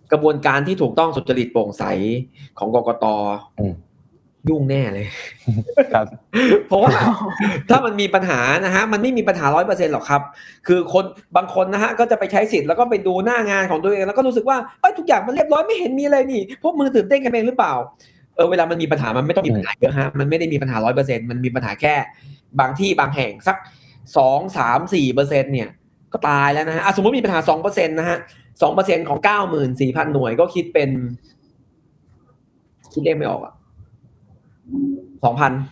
กระบวนการที่ถูกต้องสุจริตโปร่งใสของกกต.ยุ่งแน่เลยครับเพราะว่าถ้ามันมีปัญหานะฮะมันไม่มีปัญหา ร้อยเปอร์เซ็นต์ หรอกครับคือคนบางคนนะฮะก็จะไปใช้สิทธิ์แล้วก็ไปดูหน้างานของตัวเองแล้วก็รู้สึกว่าเอ้ยทุกอย่างมันเรียบร้อยไม่เห็นมีอะไรนี่พวกมือตื่นเต้นกันเองหรือเปล่าเออเวลามันมีปัญหามันไม่ต้องมีปัญหาเยอะฮะมันไม่ได้มีปัญหา ร้อยเปอร์เซ็นต์ มันมีปัญหาแค่บางที่บางแห่งสักสอง สาม สี่เปอร์เซ็นต์ เนี่ยก็ตายแล้วนะฮะสมมุติมีปัญหา สองเปอร์เซ็นต์ นะฮะ สองเปอร์เซ็นต์ ของ เก้าหมื่นสี่พัน หน่วยก็คิดเป็นคิดเลขไม่ออกอ่ะสองพัน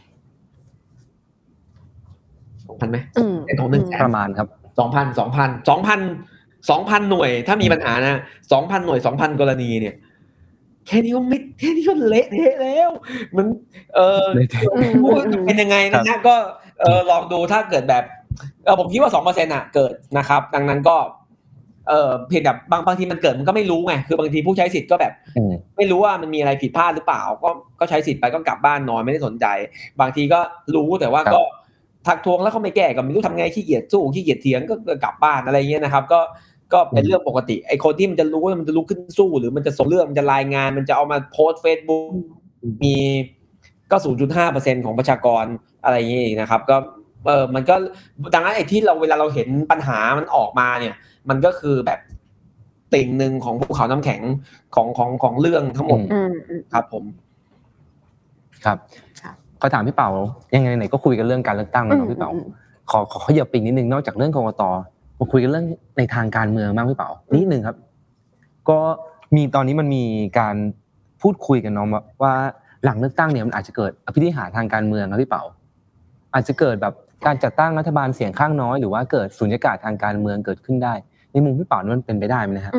สองพันมั้ยเป็นของหนึ่งแสนประมาณครับสองพัน สองพัน สองพัน สองพันหน่วยถ้ามีปัญหานะ สองพัน หน่วย สองพัน กรณีเนี่ยแค่นี้ก็ไม่แค่นี้ก็เละเทะแล้วมันเออเป็นยังไงนะฮะก็เออลองดูถ้าเกิดแบบเออผมคิดว่า สองเปอร์เซ็นต์ น่ะเกิดนะครับดังนั้นก็เออเพียงแต่บางบางทีมันเกิดมันก็ไม่รู้ไงคือบางทีผู้ใช้สิทธิ์ก็แบบไม่รู้ว่ามันมีอะไรผิดพลาดหรือเปล่าก็ก็ใช้สิทธิ์ไปก็กลับบ้านนอนไม่ได้สนใจบางทีก็รู้แต่ว่าก็ทักท้วงแล้วเขาไม่แก้ก็ไม่รู้ทำไงขี้เกียจสู้ขี้เกียจเถียงก็กลับบ้านอะไรเงี้ยนะครับก็ก็เป็นเรื่องปกติไอ้คนที่มันจะรู้มันจะลุกขึ้นสู้หรือมันจะส่งเรื่องมันจะรายงานมันจะเอามาโพสต์ Facebook มีก็ ศูนย์จุดห้าเปอร์เซ็นต์ ของประชากรอะไรอย่างงี้นะครับก็เออมันก็ดังนั้นไอ้ที่เราเวลาเราเห็นปัญหามันออกมาเนี่ยมันก็คือแบบติ่งนึงของภูเขาน้ำแข็งของของของเรื่องทั้งหมดครับผมครับขอถามพี่เป๋ายังไงไหนก็คุยกันเรื่องการเลือกตั้งแล้วเนาะพี่เป๋าขอขอขยับปีกนิดนึงนอกจากเรื่องกกต.มาคุยกันเรื่องในทางการเมืองบ้างพี่เป๋านิดนึงครับก็มีตอนนี้มันมีการพูดคุยกันเนาะว่าหลังเลือกตั้งเนี่ยมันอาจจะเกิดอภินิหารทางการเมืองครับพี่เป๋าอาจจะเกิดแบบการจัดตั้งรัฐบาลเสียงข้างน้อยหรือว่าเกิดสุญญากาศทางการเมืองเกิดขึ้นได้ในมุมพี่เป๋ามันเป็นไปได้มั้ยนะฮะ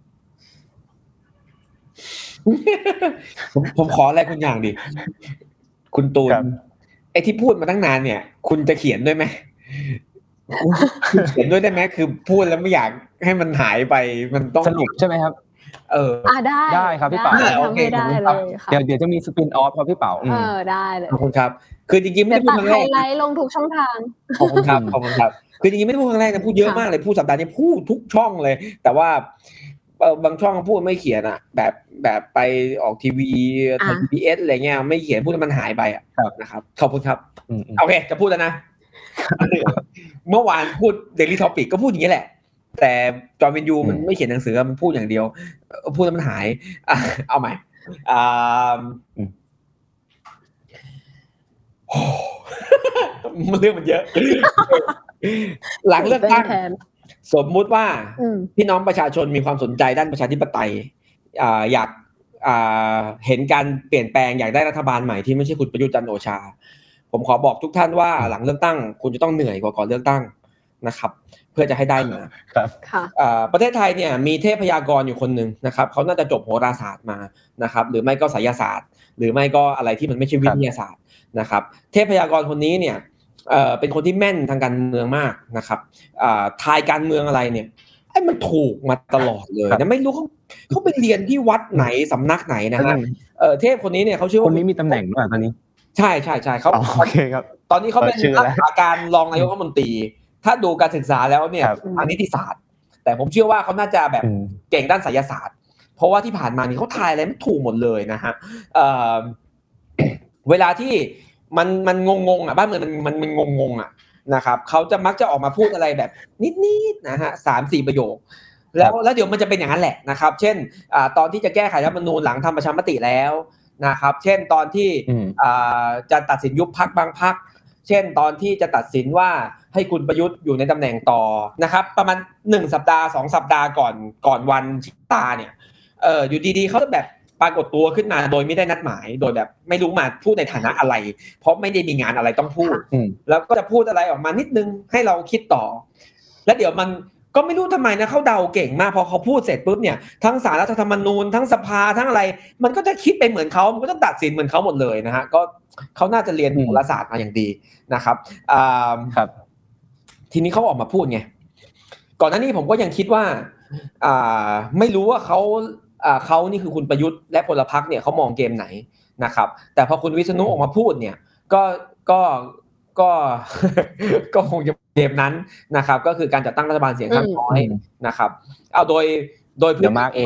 ผมผมขออะไรคุณอย่างดิคุณตูนไอ้ที่พูดมาตั้งนานเนี่ยคุณจะเขียนด้วยมั้ยเขียนด้วยได้ไหมคือพูดแล้วไม่อยากให้มันหายไปมันต้องสรุปใช่ไหมครับเอออ่ะได้ได้ครับพี่เป๋าโอเคได้เลยค่ะเดี๋ยวเดี๋ยวจะมีสปินออฟครับพี่เป๋าเออได้เลยขอบคุณครับคือจริงๆไม่ได้พูดครั้งแรกไฮไลท์ลงทุกช่องทางขอบคุณครับขอบคุณครับคือจริงๆไม่ได้พูดครั้งแรกนะพูดเยอะมากเลยพูดสัปดาห์นี้พูดทุกช่องเลยแต่ว่าเออบางช่องพูดไม่เขียนอ่ะแบบแบบไปออกทีวีทาง บี เอส อะไรเงี้ยไม่เขียนพูดมันหายไปอ่ะนะครับขอบคุณครับโอเคจะพูดแล้วนะเมื่อวานพูด Daily Topic ก็พูดอย่างนี้แหละแต่จอห์นวินยูมันไม่เขียนหนังสือมันพูดอย่างเดียวพูดแล้วมันหายเอาใหม่อ่าเรื่องมันเยอะหลังเลือกตั้งสมมุติว่าพี่น้องประชาชนมีความสนใจด้านประชาธิปไตยอ่าอยากอ่าเห็นการเปลี่ยนแปลงอยากได้รัฐบาลใหม่ที่ไม่ใช่คุณประยุทธ์จันทร์โอชาผมขอบอกทุกท่านว่าหลังเลือกตั้งคุณจะต้องเหนื่อยกว่าก่อนเลือกตั้งนะครับเพื่อจะให้ได้มาครับค่ะประเทศไทยเนี่ยมีเทพยากรอยู่คนนึงนะครับเขาน่าจะจบโหราศาสตร์มานะครับหรือไม่ก็ไสยศาสตร์หรือไม่ก็อะไรที่มันไม่ใช่วิทยาศาสตร์นะครับเทพยากรคนนี้เนี่ยเอ่อเป็นคนที่แม่นทางการเมืองมากนะครับอ่าทายการเมืองอะไรเนี่ยไอ้มันถูกมาตลอดเลยนะไม่รู้เขาเขาไปเรียนที่วัดไหนสำนักไหนนะฮะเอ่อเทพคนนี้เนี่ยเขาชื่อว่าคนนี้มีตำแหน่งด้วยตอนนี้ใช่ๆๆเขาโอเคครับตอนนี้เขาเป็นรักษาการรองนายกรัฐมนตรีถ้าดูการศึกษาแล้วเนี่ยทางนิติศาสตร์แต่ผมเชื่อว่าเขาน่าจะแบบเก่งด้านไสยศาสตร์เพราะว่าที่ผ่านมานี่เขาทายอะไรไม่ถูกหมดเลยนะฮะเอ่อเวลาที่มันมันงงๆอ่ะบ้านเมืองมันมันมันงงๆอ่ะนะครับเขาจะมักจะออกมาพูดอะไรแบบนิดๆนะฮะ สามสี่ ประโยคแล้วแล้วเดี๋ยวมันจะเป็นอย่างนั้นแหละนะครับเช่นอ่าตอนที่จะแก้ไขรัฐธรรมนูญหลังทำประชามติแล้วนะครับเช่นตอนที่อ่าจะตัดสินยุบพรรคบางพรรคเช่นตอนที่จะตัดสินว่าให้คุณประยุทธ์อยู่ในตำแหน่งต่อนะครับประมาณหนึ่งสัปดาห์สองสัปดาห์ก่อนก่อนวันชิตาเนี่ยเอ่ออยู่ดีๆเขาแบบปรากฏตัวขึ้นมาโดยไม่ได้นัดหมายโดยแบบไม่รู้มาพูดในฐานะอะไรเพราะไม่ได้มีงานอะไรต้องพูดแล้วก็จะพูดอะไรออกมานิดนึงให้เราคิดต่อแล้วเดี๋ยวมันก็ไม่รู้ทำไมนะเขาเดาเก่งมากพอเขาพูดเสร็จปุ๊บเนี่ยทั้งศาลรัฐธรรมนูญทั้งสภาทั้งอะไรมันก็จะคิดไปเหมือนเขามันก็จะตัดสินเหมือนเขาหมดเลยนะฮะก็เขาน่าจะเรียนโหราศาสตร์มาอย่างดีนะครับอ่าครับทีนี้เขาออกมาพูดไงก่อนหน้านี้ผมก็ยังคิดว่าอ่าไม่รู้ว่าเขาอ่าเขานี่คือคุณประยุทธ์และพลพรรคเนี่ยเขามองเกมไหนนะครับแต่พอคุณวิษณุออกมาพูดเนี่ยก็ก็ก็ก็คงจะเกมนั้นนะครับก็คือการจัดตั้งรัฐบาลเสียงข้างน้อยนะครับเอาโดยโดยเดี๋ยวมากเอง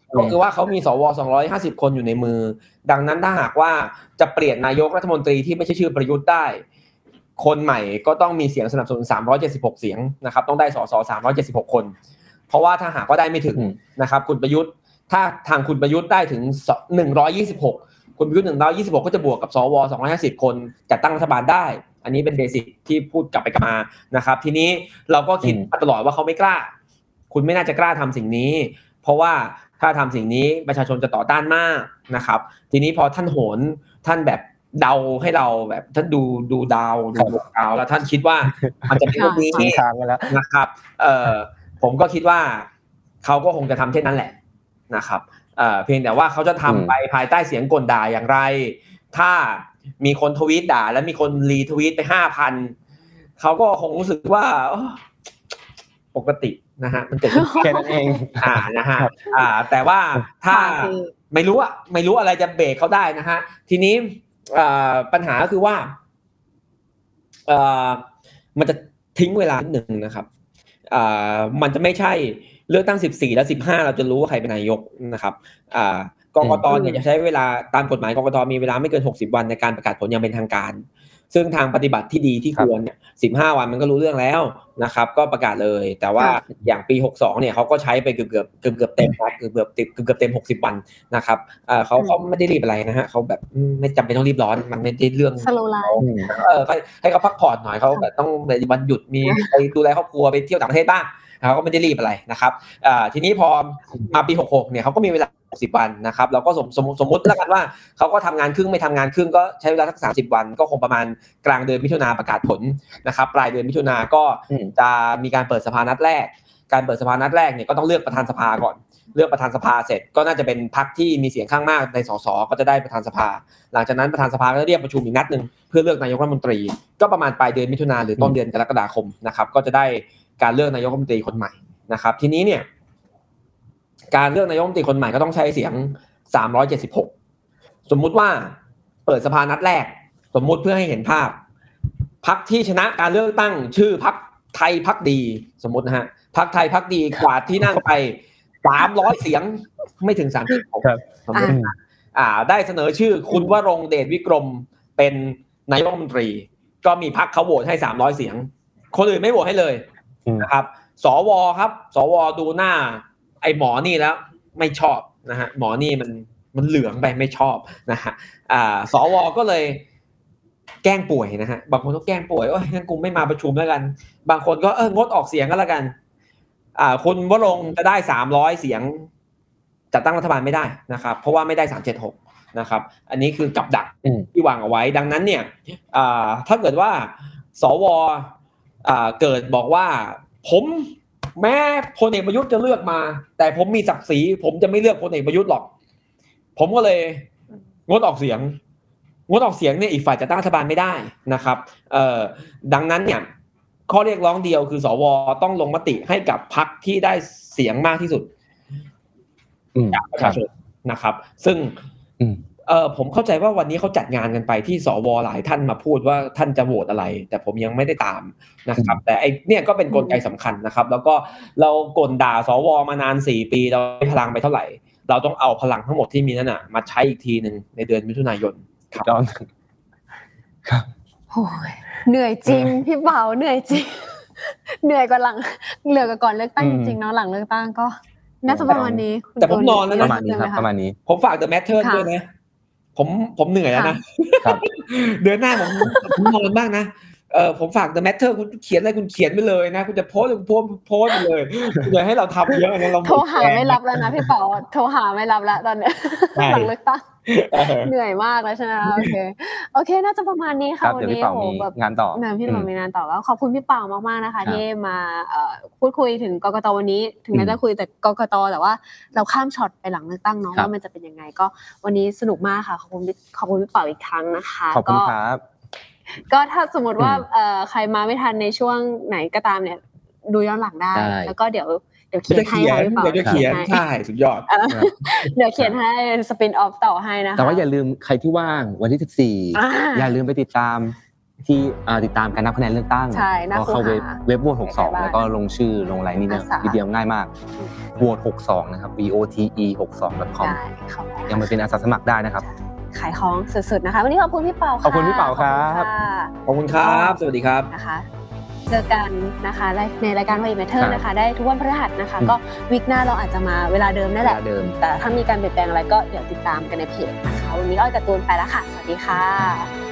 ก็คือว่าเขามีสวสองร้อยห้าสิบคนอยู่ในมือดังนั้นถ้าหากว่าจะเปลี่ยนนายกรัฐมนตรีที่ไม่ใช่ชื่อประยุทธ์ได้คนใหม่ก็ต้องมีเสียงสนับสนุนสามร้อยเจ็ดสิบหกเสียงนะครับต้องได้สสสามร้อยเจ็ดสิบหกคนเพราะว่าถ้าหากว่าได้ไม่ถึงนะครับคุณประยุทธ์ถ้าทางคุณประยุทธ์ได้ถึงหนึ่งร้อยยี่สิบหกคุณประยุทธ์หนึ่งร้อยยี่สิบหกก็จะบวกกับสวสองร้อยห้าสิบคนจัดตั้งรัฐบาลได้อันนี้เป็นเบสิกที่พูดกลับไปกลับมานะครับทีนี้เราก็คิดตลอดว่าเขาไม่กล้าคุณไม่น่าจะกล้าทำสิ่งนี้เพราะว่าถ้าทำสิ่งนี้ประชาชนจะต่อต้านมากนะครับทีนี้พอท่านโหนท่านแบบเดาให้เราแบบท่านดูดูดาวดูดวงดาวแล้วท่านคิดว่ามันจะเป็นแบบนี้นะครับเอ่อผมก็คิดว่าเขาก็คงจะทำเช่นนั้นแหละนะครับเอ่อเพียงแต่ว่าเขาจะทำไปภายใต้เสียงกลด่าอย่างไรถ้ามีคนทวีตด่าแล้วมีคนรีทวีตไป ห้าพัน เขาก็คงรู้สึกว่าปกตินะฮะมันเกิดแค่นั้นเองอ่านะฮะอ่าแต่ว่าถ้าไม่รู้อะไม่รู้อะไรจะเบรกเขาได้นะฮะทีนี้อ่าปัญหาก็คือว่าอ่ามันจะทิ้งเวลาหนึ่งนะครับอ่ามันจะไม่ใช่เลือกตั้งสิบสี่แล้วสิบห้าเราจะรู้ว่าใครเป็นนายกนะครับอ่ากกต.เนี่ยจะใช้เวลาตามกฎหมายกกต.มีเวลาไม่เกินหกสิบวันในการประกาศผลอย่างเป็นทางการซึ่งทางปฏิบัติที่ดีที่ควรเนี่ยสิบห้าวันมันก็รู้เรื่องแล้วนะครับก็ประกาศเลยแต่ว่าอย่างปีหกสิบสองเนี่ยเขาก็ใช้ไปเกือบๆเกือบๆเต็มครับเกือบๆเกือบๆเต็มหกสิบวันนะครับเอ่อเขาเขาไม่ได้รีบอะไรนะฮะเขาแบบไม่จำเป็นต้องรีบร้อนมันไม่ได้เรื่อง slow life เออให้เขาพักผ่อนหน่อยเขาแบบต้องในวันหยุดมีไปดูแลครอบครัวไปเที่ยวต่างประเทศบ้างเขาก็ไม่ได้รีบอะไรนะครับอ่าทีนี้พอมาปีหกสิบหกเนี่ยเขาก็มีเวลาหกสิบวันนะครับเราก็สมสมสมมุติแล้วกันว่าเขาก็ทำงานครึ่งไม่ทำงานครึ่งก็ใช้เวลาสักสามสิบวันก็คงประมาณกลางเดือนมิถุนายนประกาศผลนะครับปลายเดือนมิถุนายนก็จะมีการเปิดสภานัดแรกการเปิดสภานัดแรกเนี่ยก็ต้องเลือกประธานสภาก่อนเลือกประธานสภาเสร็จก็น่าจะเป็นพรรคที่มีเสียงข้างมากในสสก็จะได้ประธานสภาหลังจากนั้นประธานสภาก็เรียกประชุมอีกนัดนึงเพื่อเลือกนายกรัฐมนตรีก็ประมาณปลายเดือนมิถุนายนหรือต้นเดือนกรกฎาคมนะครับก็จะได้การเลือกนายกรัฐมนตรีคนใหม่นะครับทีนี้เนี่ยการเลือกนายกรัฐมนตรีคนใหม่ก็ต้องใช้เสียงสามร้อยเจ็ดสิบหกสมมุติว่าเปิดสภานัดแรกสมมุติเพื่อให้เห็นภาพพรรคที่ชนะการเลือกตั้งชื่อพรรคไทยพรรคดีสมมุตินะฮะพรรคไทยพรรคดีกวาดที่นั่งไปสามร้อยเสียงไม่ถึงสามสิบหกสมมุติอ่าได้เสนอชื่อคุณวรงค์เดชวิกรมเป็นนายกรัฐมนตรีก็มีพรรคเขาโหวตให้สามร้อยเสียงคนอื่นไม่โหวตให้เลยนะครับสวครับสวดูหน้าไอ้หมอนี่แล้วไม่ชอบนะฮะหมอนี่มันมันเหลืองไปไม่ชอบนะฮะอ่าสวก็เลยแกล้งป่วยนะฮะบางคนก็แกล้งป่วยโอ้ยงั้นกูไม่มาประชุมแล้วกันบางคนก็เอองดออกเสียงก็แล้วกันอ่าคุณวรงค์จะได้สามร้อยเสียงจัดตั้งรัฐบาลไม่ได้นะครับเพราะว่าไม่ได้สามร้อยเจ็ดสิบหกนะครับอันนี้คือกับดักที่วางเอาไว้ดังนั้นเนี่ยอ่าถ้าเกิดว่าสวอ่าเกิดบอกว่าผมแม้พลเอกประยุทธ์จะเลือกมาแต่ผมมีศักดิ์ศรีผมจะไม่เลือกพลเอกประยุทธ์หรอกผมก็เลยงดออกเสียงงดออกเสียงเนี่ยอีกฝ่ายจะตั้งรัฐบาลไม่ได้นะครับเอ่อดังนั้นเนี่ยข้อเรียกร้องเดียวคือสวต้องลงมติให้กับพรรคที่ได้เสียงมากที่สุดจากประชาชนนะครับซึ่งเออผมเข้าใจว่าวันนี้เขาจัดงานกันไปที่สวหลายท่านมาพูดว่าท่านจะโหวตอะไรแต่ผมยังไม่ได้ตามนะครับแต่ไอ้เนี่ยก็เป็นกลไกสำคัญนะครับแล้วก็เรากลด่าสวมานานสี่ปีเราได้พลังไปเท่าไหร่เราต้องเอาพลังทั้งหมดที่มีนั่นน่ะมาใช้อีกทีนึงในเดือนมิถุนายนครับครับโอ้ยเหนื่อยจริงพี่เบาเหนื่อยจริงเหนื่อยกว่าหลังเหนื่อยกว่าก่อนเลือกตั้งจริงๆเนาะหลังเลือกตั้งก็น่าจะประมาณนี้แต่ผมนอนแล้วนะประมาณนี้ครับประมาณนี้ผมฝาก The Matter ด้วยนะผมผมเหนื่อยแล้วนะครับเดือนหน้าผมผมนอนบ้างนะเออผมฝาก The Matter คุณเขียนอะไรคุณเขียนไปเลยนะคุณจะโพสต์โพสต์โพสต์ไปเลยอย่าให้เราทำเยอะนะเราโทรหาไม่รับแล้วนะพี่เป๋าโทรหาไม่รับแล้วตอนเนี้ยหลังเลือกตั้งเหนื่อยมากแล้วใช่ไหมโอเคโอเคน่าจะประมาณนี้ค่ะวันนี้โหแบบงานต่อนะพี่เป๋ามีงานต่อแล้วขอบคุณพี่เป๋ามากๆนะคะที่มาเอ่อพูดคุยถึงกกต.วันนี้ถึงแม้จะคุยแต่กกต.แต่ว่าเราข้ามช็อตไปหลังเลือกตั้งเนาะว่ามันจะเป็นยังไงก็วันนี้สนุกมากค่ะขอบคุณขอบคุณพี่เป๋าอีกครั้งนะคะขอบคุณครับก็ถ้าสมมติว่าเอ่อใครมาไม่ทันในช่วงไหนก็ตามเนี่ยดูย้อนหลังได้แล้วก็เดี๋ยวเดี๋ยวเขียนให้พี่เป๋าเดี๋ยวเขียนใช่สุดยอดเดี๋ยวเขียนให้สปินออฟต่อให้นะคะแต่ว่าอย่าลืมใครที่ว่างวันที่สิบสี่อย่าลืมไปติดตามที่ติดตามการนับคะแนนเลือกตั้งก็เข้าเว็บเว็บโหวตหกสองแล้วก็ลงชื่อลงอะไรนี่เนี่ยวิดีโอง่ายมากโหวตหกสองนะครับ วี โอ ที อี หกสอง ดอท คอม ยังมาเป็นอาสาสมัครได้นะครับขายของสุดๆนะคะวันนี้ขอบคุณพี่เปาค่ะขอบคุณพี่เปาครับขอบคุณครับสวัสดีครับนะคะเจอกันนะคะในรายการ Why It Matters นะคะได้ทุกวันพฤหัสนะคะก็วีคหน้าเราอาจจะมาเวลาเดิมนั่นแหละแต่ถ้ามีการเปลี่ยนแปลงอะไรก็เดี๋ยวติดตามกันในเพจนะคะวันนี้ก็จะตูนไปแล้วค่ะสวัสดีค่ะ